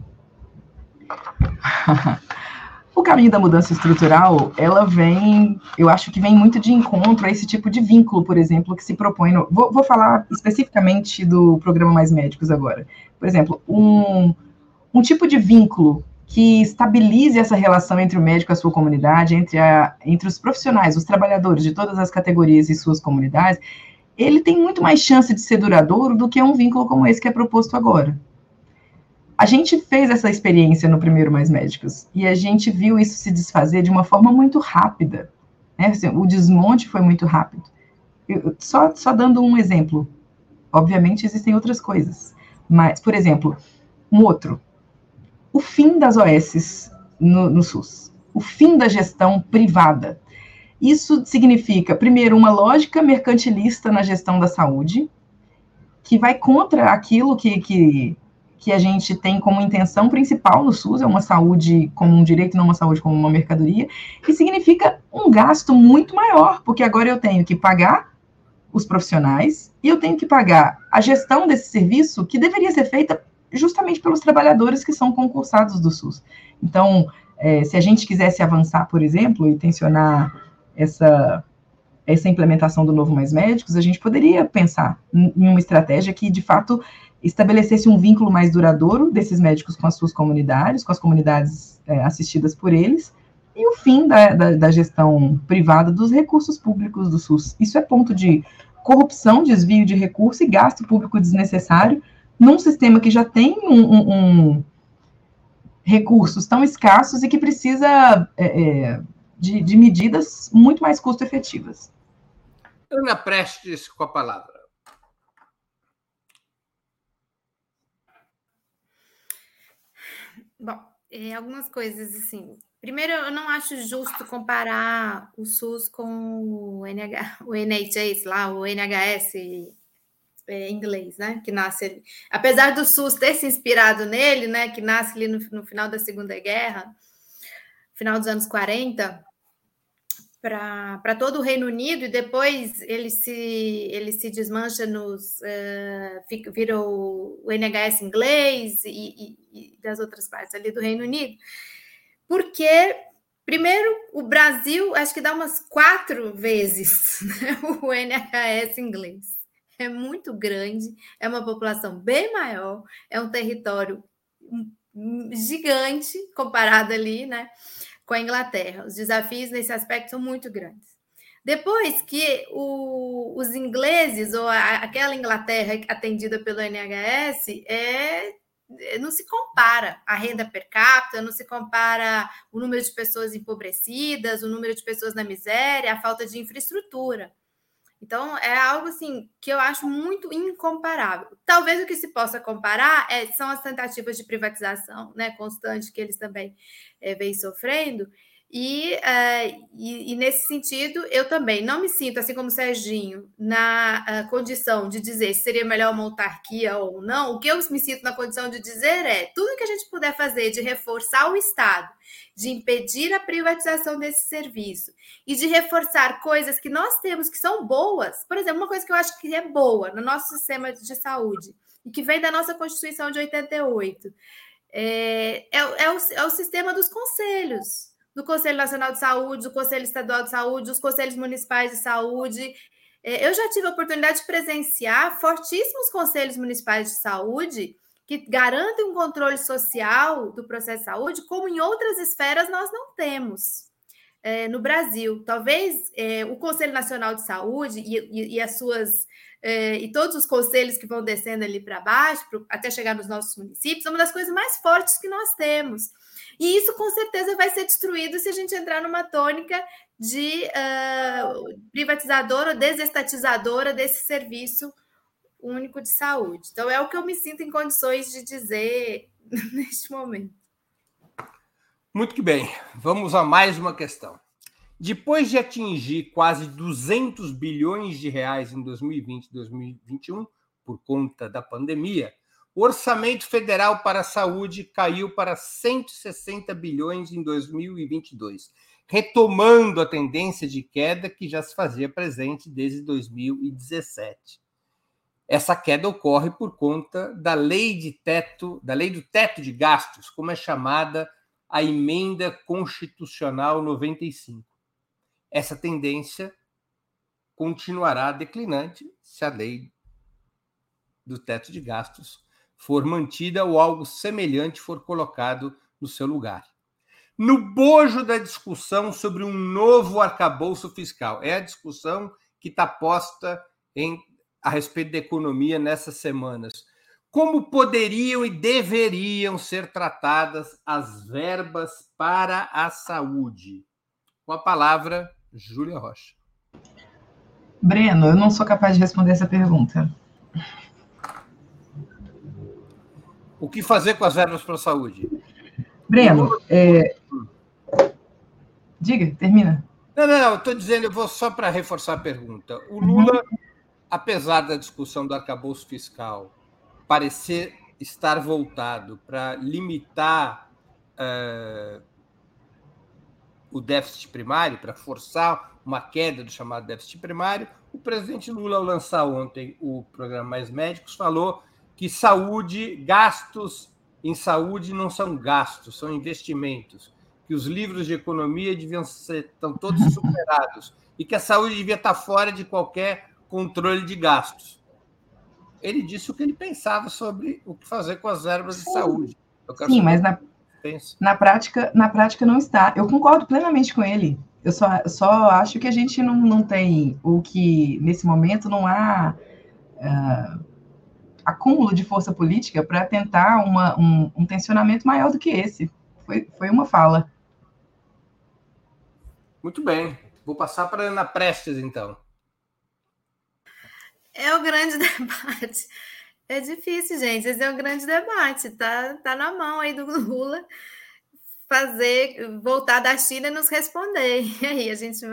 O caminho da mudança estrutural, eu acho que vem muito de encontro a esse tipo de vínculo, por exemplo, que se propõe. Vou falar especificamente do programa Mais Médicos agora. Por exemplo, um tipo de vínculo que estabilize essa relação entre o médico e a sua comunidade, entre os profissionais, os trabalhadores de todas as categorias e suas comunidades, ele tem muito mais chance de ser duradouro do que um vínculo como esse que é proposto agora. A gente fez essa experiência no primeiro Mais Médicos, e a gente viu isso se desfazer de uma forma muito rápida. Né? Assim, o desmonte foi muito rápido. Só dando um exemplo, obviamente existem outras coisas, mas, por exemplo, o fim das OSs no SUS. O fim da gestão privada. Isso significa, primeiro, uma lógica mercantilista na gestão da saúde, que vai contra aquilo que a gente tem como intenção principal no SUS, é uma saúde como um direito, não uma saúde como uma mercadoria, e significa um gasto muito maior, porque agora eu tenho que pagar os profissionais e eu tenho que pagar a gestão desse serviço que deveria ser feita justamente pelos trabalhadores que são concursados do SUS. Então, se a gente quisesse avançar, por exemplo, e tensionar essa implementação do Novo Mais Médicos, a gente poderia pensar em uma estratégia que, de fato, estabelecesse um vínculo mais duradouro desses médicos com as suas comunidades, com as comunidades assistidas por eles, e o fim da gestão privada dos recursos públicos do SUS. Isso é ponto de corrupção, desvio de recurso e gasto público desnecessário num sistema que já tem recursos tão escassos e que precisa de medidas muito mais custo-efetivas. Ana Prestes, com a palavra. Bom, algumas coisas, assim. Primeiro, eu não acho justo comparar o SUS com o NHS lá, o NHS inglês, né, que nasce ali. Apesar do SUS ter se inspirado nele, né, que nasce ali no final da Segunda Guerra, final dos anos 40, para todo o Reino Unido, e depois ele se desmancha vira o NHS inglês e das outras partes ali do Reino Unido, porque, primeiro, o Brasil, acho que dá umas 4 vezes, né, o NHS inglês. É muito grande, é uma população bem maior, é um território gigante comparado ali, né, com a Inglaterra. Os desafios nesse aspecto são muito grandes. Depois que os ingleses, ou aquela Inglaterra atendida pelo NHS, não se compara a renda per capita, não se compara o número de pessoas empobrecidas, o número de pessoas na miséria, a falta de infraestrutura. Então, é algo assim que eu acho muito incomparável. Talvez o que se possa comparar são as tentativas de privatização, né, constante que eles também vêm sofrendo. E nesse sentido, eu também não me sinto, assim como o Serginho, na condição de dizer se seria melhor uma autarquia ou não. O que eu me sinto na condição de dizer tudo que a gente puder fazer de reforçar o Estado, de impedir a privatização desse serviço e de reforçar coisas que nós temos que são boas. Por exemplo, uma coisa que eu acho que é boa no nosso sistema de saúde e que vem da nossa Constituição de 88 é o sistema dos conselhos, do Conselho Nacional de Saúde, do Conselho Estadual de Saúde, dos Conselhos Municipais de Saúde. Eu já tive a oportunidade de presenciar fortíssimos conselhos municipais de saúde que garantem um controle social do processo de saúde, como em outras esferas nós não temos no Brasil. Talvez o Conselho Nacional de Saúde e as suas... e todos os conselhos que vão descendo ali para baixo, até chegar nos nossos municípios, é uma das coisas mais fortes que nós temos. E isso, com certeza, vai ser destruído se a gente entrar numa tônica de privatizadora ou desestatizadora desse serviço único de saúde. Então, é o que eu me sinto em condições de dizer neste momento. Muito que bem. Vamos a mais uma questão. Depois de atingir quase 200 bilhões de reais em 2020 e 2021, por conta da pandemia, o orçamento federal para a saúde caiu para 160 bilhões em 2022, retomando a tendência de queda que já se fazia presente desde 2017. Essa queda ocorre por conta da lei do teto de gastos, como é chamada a Emenda Constitucional 95. Essa tendência continuará declinante se a lei do teto de gastos for mantida ou algo semelhante for colocado no seu lugar. No bojo da discussão sobre um novo arcabouço fiscal, é a discussão que está posta a respeito da economia nessas semanas. Como poderiam e deveriam ser tratadas as verbas para a saúde? Com a palavra, Júlia Rocha. Breno, eu não sou capaz de responder essa pergunta. O que fazer com as verbas para a saúde? Breno, Diga, termina. Não, eu estou dizendo, eu vou só para reforçar a pergunta. O Lula, apesar da discussão do arcabouço fiscal parecer estar voltado para limitar o déficit primário, para forçar uma queda do chamado déficit primário, o presidente Lula, ao lançar ontem o programa Mais Médicos, falou que gastos em saúde não são gastos, são investimentos, que os livros de economia estão todos superados e que a saúde devia estar fora de qualquer controle de gastos. Ele disse o que ele pensava sobre o que fazer com as verbas de saúde. Sim, mas na prática não está. Eu concordo plenamente com ele. Eu só acho que a gente não tem o que, nesse momento, não há acúmulo de força política para tentar um tensionamento maior do que esse. Foi uma fala. Muito bem. Vou passar para a Ana Prestes, então. É o grande debate. É difícil, gente. Esse é o grande debate. Tá na mão aí do Lula voltar da China e nos responder. E aí, a gente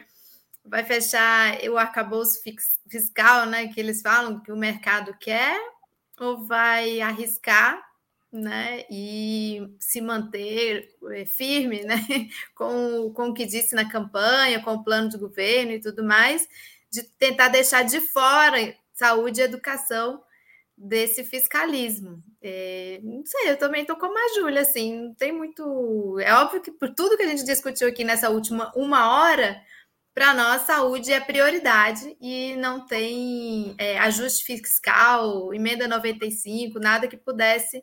vai fechar o arcabouço fiscal, né, que eles falam que o mercado quer, ou vai arriscar, né, e se manter firme, né, com o que disse na campanha, com o plano de governo e tudo mais, de tentar deixar de fora saúde e educação desse fiscalismo. Não sei, eu também estou como a Júlia, assim, não tem muito... É óbvio que por tudo que a gente discutiu aqui nessa última 1 hora, para nós, saúde é prioridade e não tem ajuste fiscal, emenda 95, nada que pudesse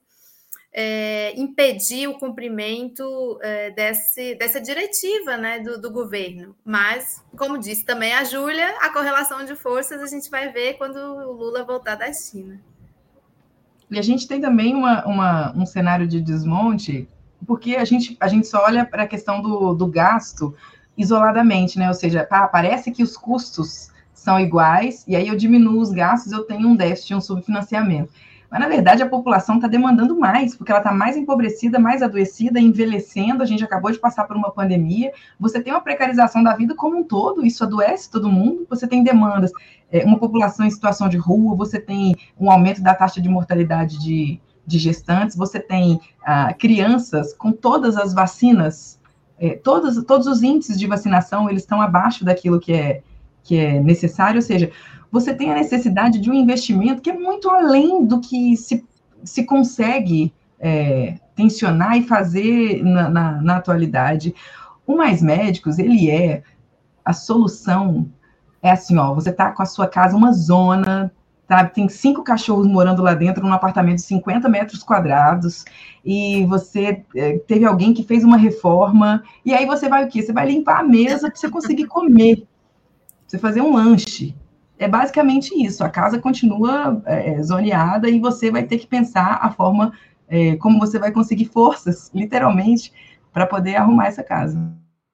impedir o cumprimento dessa diretiva, né, do governo. Mas, como disse também a Júlia, a correlação de forças a gente vai ver quando o Lula voltar da China. E a gente tem também um cenário de desmonte, porque a gente só olha para a questão do gasto isoladamente, né? Ou seja, parece que os custos são iguais, e aí eu diminuo os gastos, eu tenho um déficit, um subfinanciamento. Mas, na verdade, a população está demandando mais, porque ela está mais empobrecida, mais adoecida, envelhecendo, a gente acabou de passar por uma pandemia, você tem uma precarização da vida como um todo, isso adoece todo mundo, você tem demandas, uma população em situação de rua, você tem um aumento da taxa de mortalidade de gestantes, você tem crianças com todas as vacinas, todos os índices de vacinação, eles estão abaixo daquilo que é necessário, ou seja, você tem a necessidade de um investimento que é muito além do que se consegue tensionar e fazer na atualidade. O Mais Médicos, ele a solução assim, você está com a sua casa, uma zona, tá? Tem 5 cachorros morando lá dentro, num apartamento de 50 metros quadrados, e você teve alguém que fez uma reforma, e aí você vai o quê? Você vai limpar a mesa para você conseguir comer, pra você fazer um lanche. É basicamente isso, a casa continua zoneada e você vai ter que pensar a forma como você vai conseguir forças, literalmente, para poder arrumar essa casa.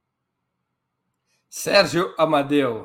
Sérgio Amadeu.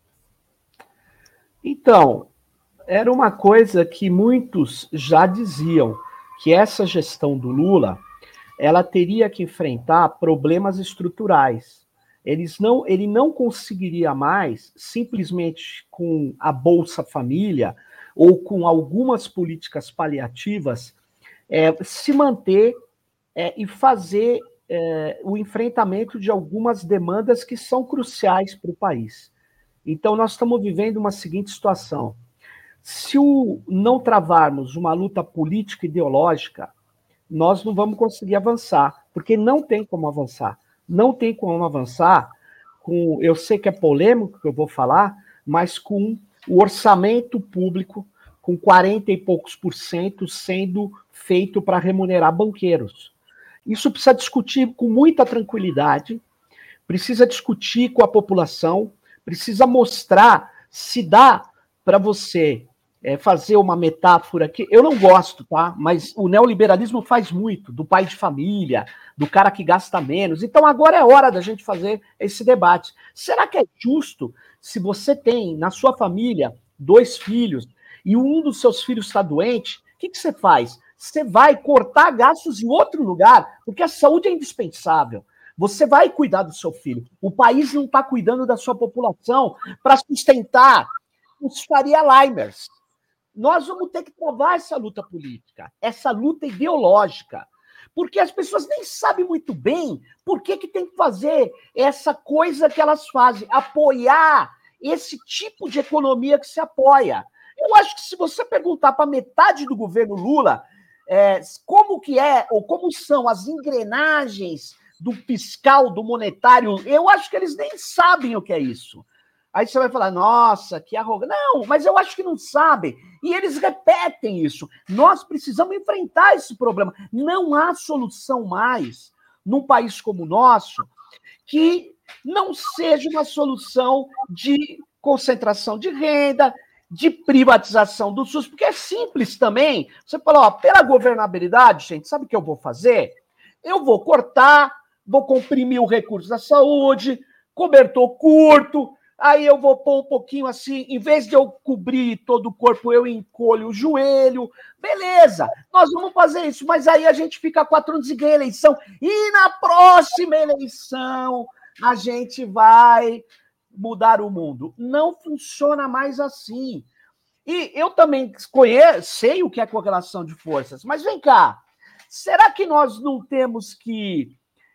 Então, era uma coisa que muitos já diziam, que essa gestão do Lula, ela teria que enfrentar problemas estruturais. Ele não conseguiria mais, simplesmente com a Bolsa Família ou com algumas políticas paliativas, se manter e fazer o enfrentamento de algumas demandas que são cruciais para o país. Então, nós estamos vivendo uma seguinte situação. Se não travarmos uma luta política e ideológica, nós não vamos conseguir avançar, porque não tem como avançar. Não tem como avançar com, eu sei que é polêmico que eu vou falar, mas com o orçamento público com 40 e poucos % sendo feito para remunerar banqueiros. Isso precisa discutir com muita tranquilidade, precisa discutir com a população, precisa mostrar se dá para você fazer uma metáfora que eu não gosto, tá? Mas o neoliberalismo faz muito, do pai de família, do cara que gasta menos. Então agora é hora da gente fazer esse debate. Será que é justo se você tem na sua família 2 filhos e um dos seus filhos está doente? O que você faz? Você vai cortar gastos em outro lugar, porque a saúde é indispensável. Você vai cuidar do seu filho. O país não está cuidando da sua população para sustentar os Faria Limers. Nós vamos ter que travar essa luta política, essa luta ideológica, porque as pessoas nem sabem muito bem por que tem que fazer essa coisa que elas fazem, apoiar esse tipo de economia que se apoia. Eu acho que se você perguntar para metade do governo Lula como que é, ou como são as engrenagens do fiscal, do monetário, eu acho que eles nem sabem o que é isso. Aí você vai falar, nossa, que arrogante. Não, mas eu acho que não sabem. E eles repetem isso. Nós precisamos enfrentar esse problema. Não há solução mais, num país como o nosso, que não seja uma solução de concentração de renda, de privatização do SUS, porque é simples também. Você fala, ó, pela governabilidade, gente, sabe o que eu vou fazer? Eu vou cortar, vou comprimir o recurso da saúde, cobertor curto, aí eu vou pôr um pouquinho assim, em vez de eu cobrir todo o corpo, eu encolho o joelho. Beleza, nós vamos fazer isso, mas aí a gente fica 4 anos e ganha eleição. E na próxima eleição, a gente vai mudar o mundo. Não funciona mais assim. E eu também sei o que é correlação de forças, mas vem cá, será que nós não temos que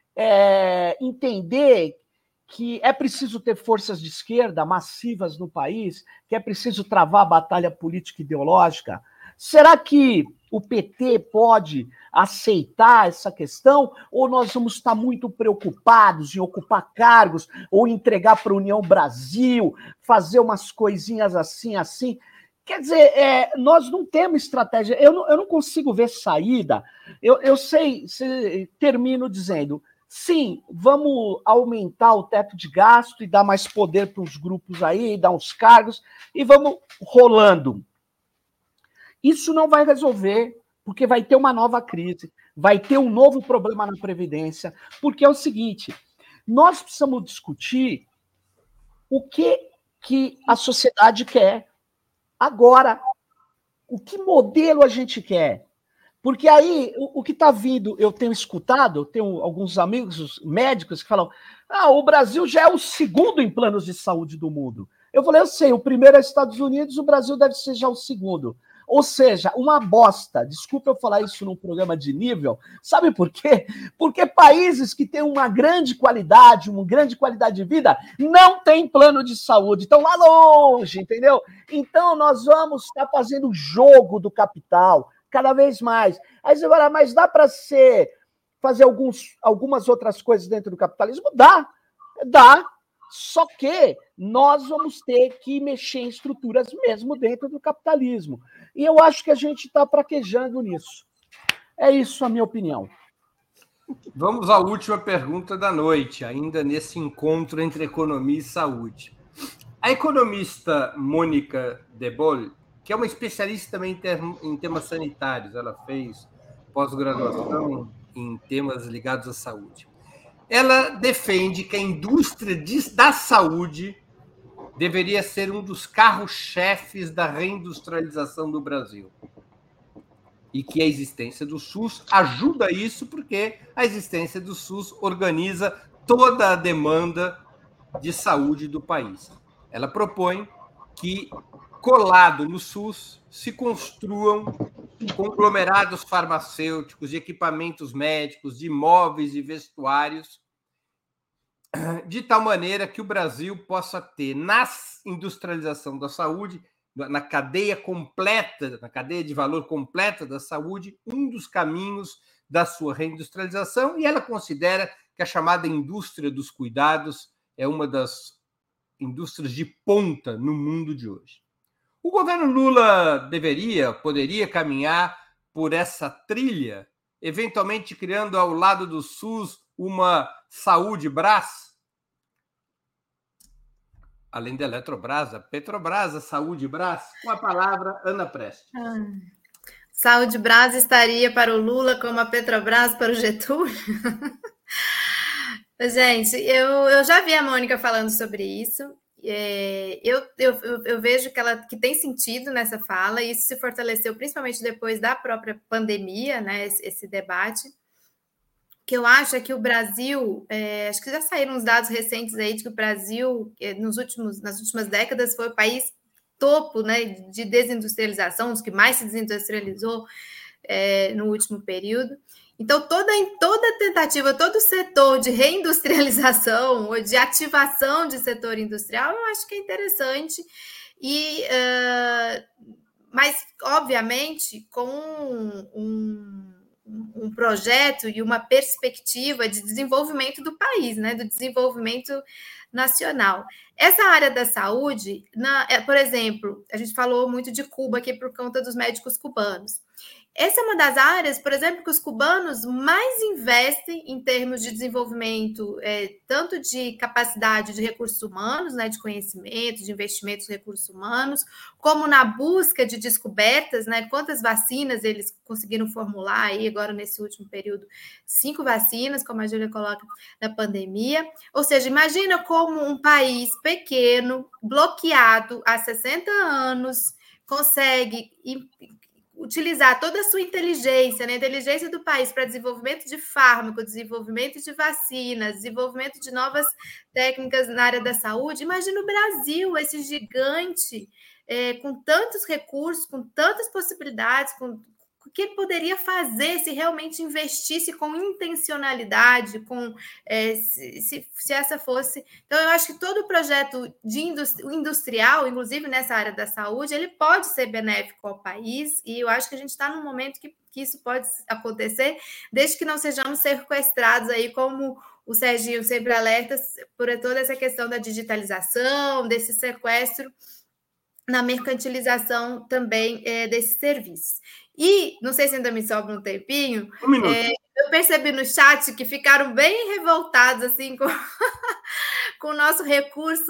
entender que é preciso ter forças de esquerda massivas no país, que é preciso travar a batalha política e ideológica? Será que o PT pode aceitar essa questão? Ou nós vamos estar muito preocupados em ocupar cargos, ou entregar para a União Brasil, fazer umas coisinhas assim? Quer dizer, nós não temos estratégia. Eu não consigo ver saída. Eu sei, termino dizendo... Sim, vamos aumentar o teto de gasto e dar mais poder para os grupos aí, dar uns cargos, e vamos rolando. Isso não vai resolver, porque vai ter uma nova crise, vai ter um novo problema na Previdência, porque é o seguinte, nós precisamos discutir o que a sociedade quer agora, o que modelo a gente quer. Porque aí, o que está vindo, eu tenho escutado, eu tenho alguns amigos médicos que falam, o Brasil já é o segundo em planos de saúde do mundo. Eu falei, eu sei, o primeiro é Estados Unidos, o Brasil deve ser já o segundo. Ou seja, uma bosta. Desculpa eu falar isso num programa de nível. Sabe por quê? Porque países que têm uma grande qualidade de vida, não têm plano de saúde. Estão lá longe, entendeu? Então, nós vamos estar fazendo o jogo do capital, cada vez mais. Aí você vai lá, mas dá para fazer algumas outras coisas dentro do capitalismo? Dá. Só que nós vamos ter que mexer em estruturas mesmo dentro do capitalismo. E eu acho que a gente está fraquejando nisso. É isso a minha opinião. Vamos à última pergunta da noite, ainda nesse encontro entre economia e saúde. A economista Mônica De Bolle, que é uma especialista também em temas sanitários, ela fez pós-graduação em temas ligados à saúde. Ela defende que a indústria da saúde deveria ser um dos carros-chefes da reindustrialização do Brasil. E que a existência do SUS ajuda isso, porque a existência do SUS organiza toda a demanda de saúde do país. Ela propõe que, colado no SUS, se construam conglomerados farmacêuticos, de equipamentos médicos, de imóveis e vestuários, de tal maneira que o Brasil possa ter, na industrialização da saúde, na cadeia completa, na cadeia de valor completa da saúde, um dos caminhos da sua reindustrialização, e ela considera que a chamada indústria dos cuidados é uma das indústrias de ponta no mundo de hoje. O governo Lula poderia caminhar por essa trilha, eventualmente criando ao lado do SUS uma Saúde Brás, além da Eletrobras, a Petrobras, a Saúde Brás. Com a palavra, Ana Preste. Saúde Brás estaria para o Lula como a Petrobras para o Getúlio? Gente, eu já vi a Mônica falando sobre isso. Eu vejo que tem sentido nessa fala, e isso se fortaleceu principalmente depois da própria pandemia, né, esse debate, que eu acho é que o Brasil, acho que já saíram uns dados recentes aí de que o Brasil, nas últimas décadas, foi o país topo, né, de desindustrialização, os que mais se desindustrializou no último período. Então, toda tentativa, todo setor de reindustrialização ou de ativação de setor industrial, eu acho que é interessante. Mas, obviamente, com um projeto e uma perspectiva de desenvolvimento do país, né, do desenvolvimento nacional. Essa área da saúde, por exemplo, a gente falou muito de Cuba aqui por conta dos médicos cubanos. Essa é uma das áreas, por exemplo, que os cubanos mais investem em termos de desenvolvimento, tanto de capacidade de recursos humanos, né, de conhecimento, de investimentos em recursos humanos, como na busca de descobertas, né, quantas vacinas eles conseguiram formular aí agora nesse último período, 5 vacinas, como a Júlia coloca, na pandemia. Ou seja, imagina como um país pequeno, bloqueado há 60 anos, consegue utilizar toda a sua inteligência, né, a inteligência do país para desenvolvimento de fármaco, desenvolvimento de vacinas, desenvolvimento de novas técnicas na área da saúde. Imagina o Brasil, esse gigante, com tantos recursos, com tantas possibilidades, o que ele poderia fazer se realmente investisse com intencionalidade, se essa fosse... Então, eu acho que todo o projeto industrial, inclusive nessa área da saúde, ele pode ser benéfico ao país, e eu acho que a gente está num momento que isso pode acontecer, desde que não sejamos sequestrados aí, como o Serginho sempre alerta, por toda essa questão da digitalização, desse sequestro, na mercantilização também desses serviços. E, não sei se ainda me sobra um tempinho, eu percebi no chat que ficaram bem revoltados assim, com o nosso recurso,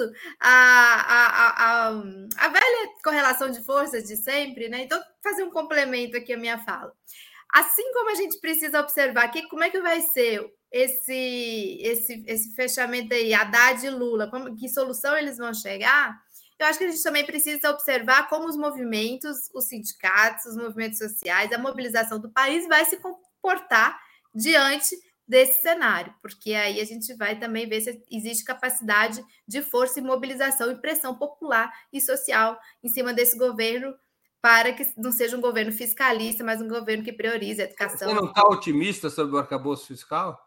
a velha correlação de forças de sempre, né? Então, fazer um complemento aqui à minha fala. Assim como a gente precisa observar como é que vai ser esse fechamento aí, Haddad e Lula, que solução eles vão chegar, eu acho que a gente também precisa observar como os movimentos, os sindicatos, os movimentos sociais, a mobilização do país vai se comportar diante desse cenário, porque aí a gente vai também ver se existe capacidade de força e mobilização e pressão popular e social em cima desse governo, para que não seja um governo fiscalista, mas um governo que priorize a educação. Você não está otimista sobre o arcabouço fiscal?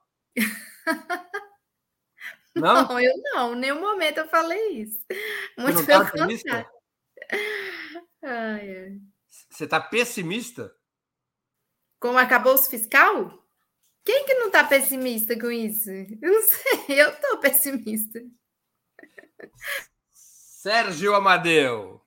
Não, eu não. Em nenhum momento eu falei isso. Muito pelo contrário. Você está pessimista? Com o arcabouço fiscal? Quem que não está pessimista com isso? Eu não sei, eu estou pessimista. Sérgio Amadeu.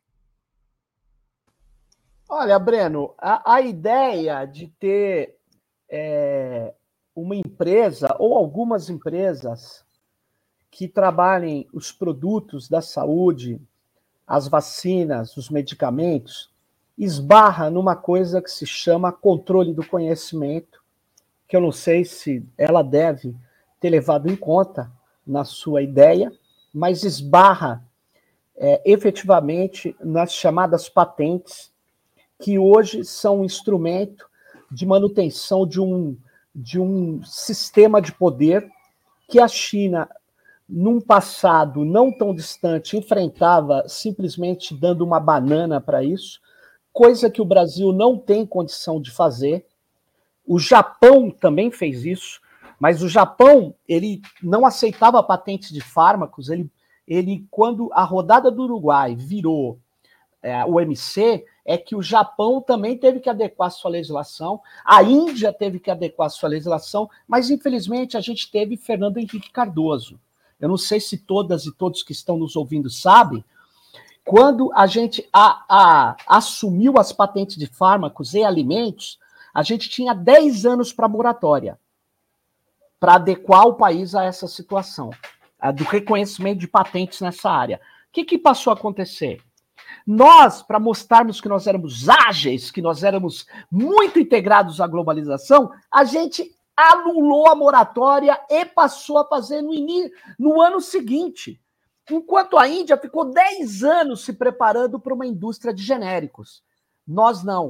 Olha, Breno, a ideia de ter uma empresa ou algumas empresas que trabalhem os produtos da saúde, as vacinas, os medicamentos, esbarra numa coisa que se chama controle do conhecimento, que eu não sei se ela deve ter levado em conta na sua ideia, mas esbarra efetivamente nas chamadas patentes, que hoje são um instrumento de manutenção de um sistema de poder que a China, num passado não tão distante, enfrentava simplesmente dando uma banana para isso, coisa que o Brasil não tem condição de fazer. O Japão também fez isso, mas o Japão ele não aceitava patentes de fármacos. Ele quando a rodada do Uruguai virou o OMC, é que o Japão também teve que adequar sua legislação, a Índia teve que adequar sua legislação, mas infelizmente a gente teve Fernando Henrique Cardoso. Eu não sei se todas e todos que estão nos ouvindo sabem, quando a gente assumiu as patentes de fármacos e alimentos, a gente tinha 10 anos para moratória, para adequar o país a essa situação, do reconhecimento de patentes nessa área. O que passou a acontecer? Nós, para mostrarmos que nós éramos ágeis, que nós éramos muito integrados à globalização, a gente anulou a moratória e passou a fazer no ano seguinte. Enquanto a Índia ficou 10 anos se preparando para uma indústria de genéricos. Nós não.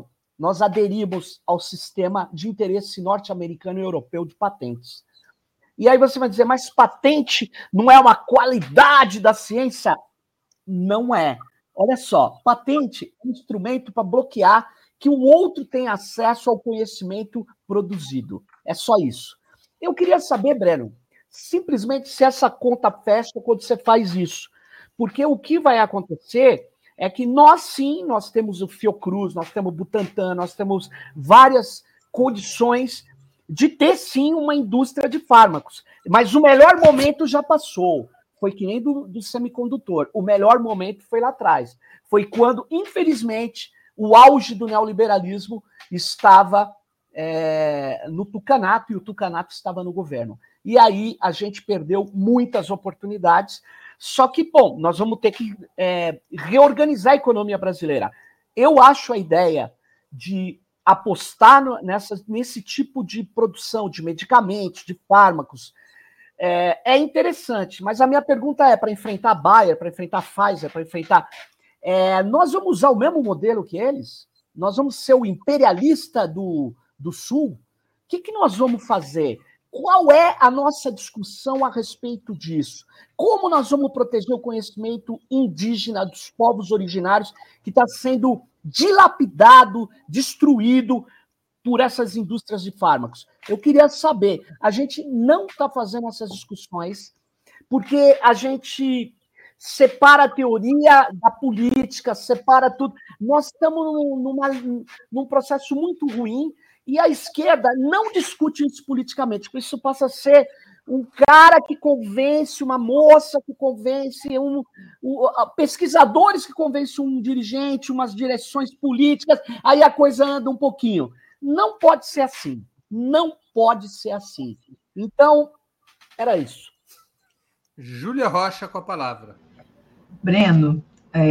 nós aderimos ao sistema de interesse norte-americano e europeu de patentes. E aí você vai dizer, mas patente não é uma qualidade da ciência? Não é. Olha só, patente é um instrumento para bloquear que o outro tenha acesso ao conhecimento produzido. É só isso. Eu queria saber, Breno, simplesmente se essa conta fecha quando você faz isso. Porque o que vai acontecer é que nós temos o Fiocruz, nós temos o Butantan, nós temos várias condições de ter, sim, uma indústria de fármacos. Mas o melhor momento já passou. Foi que nem do semicondutor. O melhor momento foi lá atrás. Foi quando, infelizmente, o auge do neoliberalismo estava no tucanato, e o tucanato estava no governo. E aí a gente perdeu muitas oportunidades. Só que, bom, nós vamos ter que reorganizar a economia brasileira. Eu acho a ideia de apostar nesse tipo de produção de medicamentos, de fármacos, é interessante. Mas a minha pergunta é, para enfrentar a Bayer, para enfrentar a Pfizer, para enfrentar... nós vamos usar o mesmo modelo que eles? Nós vamos ser o imperialista do Sul? O que nós vamos fazer? Qual é a nossa discussão a respeito disso? Como nós vamos proteger o conhecimento indígena dos povos originários que está sendo dilapidado, destruído por essas indústrias de fármacos? Eu queria saber, a gente não está fazendo essas discussões porque a gente separa a teoria da política, separa tudo. Nós estamos num processo muito ruim e a esquerda não discute isso politicamente, porque isso passa a ser um cara que convence, uma moça que convence, pesquisadores que convencem um dirigente, umas direções políticas, aí a coisa anda um pouquinho. Não pode ser assim. Não pode ser assim. Então, era isso. Júlia Rocha com a palavra. Breno,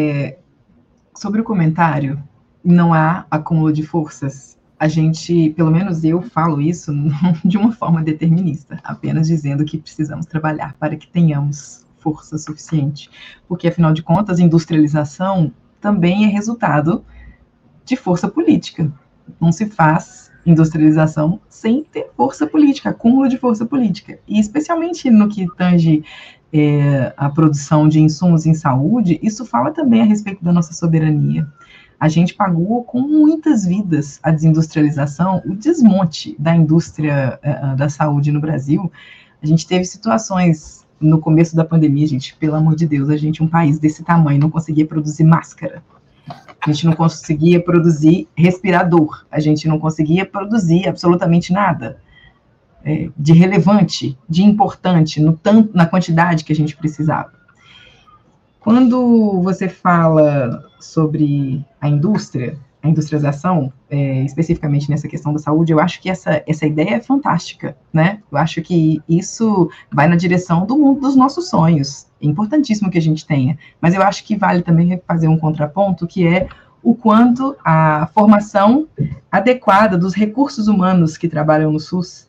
sobre o comentário, não há acúmulo de forças. A gente, pelo menos eu falo isso de uma forma determinista, apenas dizendo que precisamos trabalhar para que tenhamos força suficiente. Porque, afinal de contas, industrialização também é resultado de força política. Não se faz industrialização sem ter força política, acúmulo de força política. E especialmente no que tange a produção de insumos em saúde, isso fala também a respeito da nossa soberania. A gente pagou com muitas vidas a desindustrialização, o desmonte da indústria da saúde no Brasil. A gente teve situações no começo da pandemia, gente, pelo amor de Deus, um país desse tamanho não conseguia produzir máscara. A gente não conseguia produzir respirador, a gente não conseguia produzir absolutamente nada de relevante, de importante, na quantidade que a gente precisava. Quando você fala sobre a industrialização, especificamente nessa questão da saúde, eu acho que essa ideia é fantástica, né? Eu acho que isso vai na direção do mundo dos nossos sonhos. É importantíssimo que a gente tenha, mas eu acho que vale também fazer um contraponto, que é o quanto a formação adequada dos recursos humanos que trabalham no SUS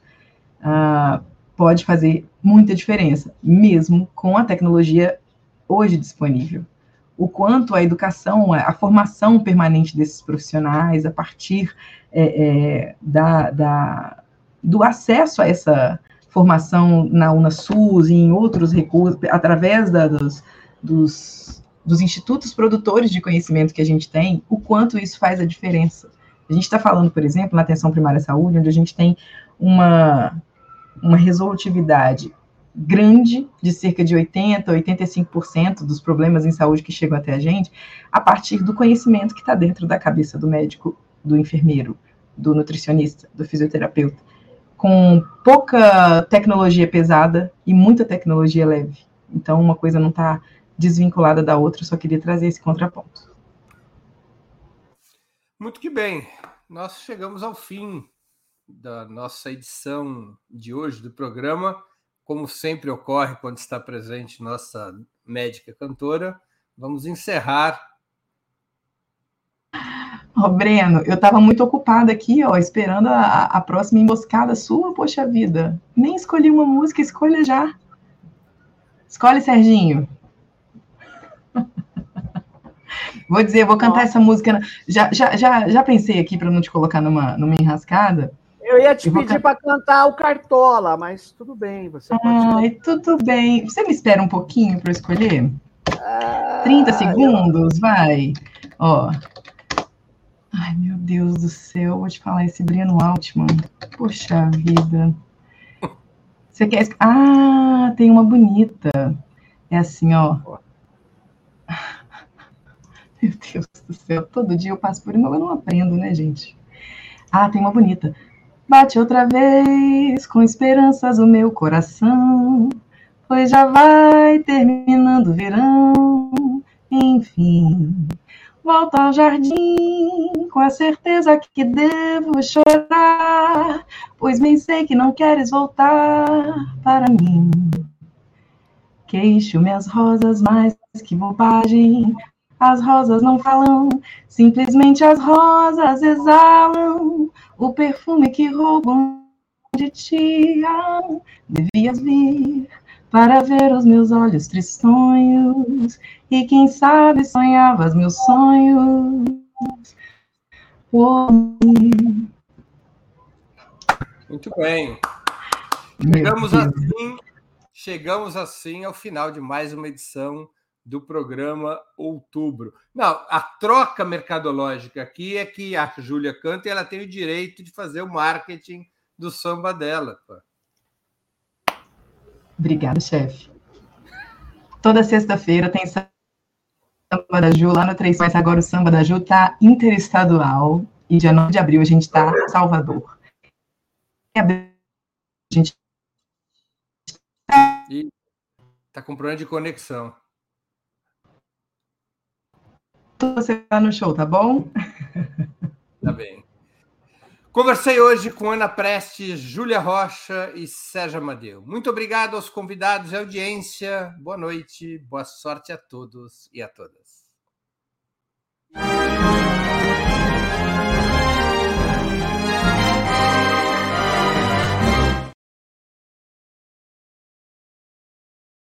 pode fazer muita diferença, mesmo com a tecnologia hoje disponível. O quanto a educação, a formação permanente desses profissionais, a partir do acesso a essa formação na UNASUS e em outros recursos, através dos institutos produtores de conhecimento que a gente tem, o quanto isso faz a diferença. A gente está falando, por exemplo, na atenção primária à saúde, onde a gente tem uma resolutividade grande, de cerca de 80%, 85% dos problemas em saúde que chegam até a gente, a partir do conhecimento que está dentro da cabeça do médico, do enfermeiro, do nutricionista, do fisioterapeuta, com pouca tecnologia pesada e muita tecnologia leve. Então, uma coisa não está desvinculada da outra, eu só queria trazer esse contraponto. Muito que bem. Nós chegamos ao fim da nossa edição de hoje do programa. Como sempre ocorre quando está presente nossa médica cantora, vamos encerrar. Breno, eu estava muito ocupada aqui, esperando a próxima emboscada sua, poxa vida. Nem escolhi uma música, escolha já. Escolhe, Serginho. Vou dizer, vou cantar essa música. Já pensei aqui para não te colocar numa enrascada. Eu ia te pedir para cantar o Cartola, mas tudo bem. Você pode tudo bem. Você me espera um pouquinho para eu escolher? 30 segundos, vai. Ó. Ai, meu Deus do céu, vou te falar esse Breno Altman. Poxa vida. Você quer... Ah, tem uma bonita. É assim, ó. Meu Deus do céu, todo dia eu passo por isso, mas eu não aprendo, né, gente? Ah, tem uma bonita. Bate outra vez com esperanças o meu coração, pois já vai terminando o verão. Enfim, volto ao jardim com a certeza que devo chorar, pois bem sei que não queres voltar para mim. Queixo minhas rosas mais que bobagem. As rosas não falam, simplesmente as rosas exalam o perfume que roubam de ti. Devias vir para ver os meus olhos tristonhos e quem sabe sonhavas meus sonhos. Muito bem. Chegamos assim ao final de mais uma edição do programa Outubro. Não, a troca mercadológica aqui é que a Júlia canta e ela tem o direito de fazer o marketing do samba dela. Pô. Obrigada, chefe. Toda sexta-feira tem samba da Ju lá no 3, mas agora o samba da Ju está interestadual e dia 9 de abril a gente está em Salvador. A gente está com problema de conexão. Você está no show, tá bom? Tá bem. Conversei hoje com Ana Prestes, Júlia Rocha e Sérgio Amadeu. Muito obrigado aos convidados e audiência. Boa noite, boa sorte a todos e a todas.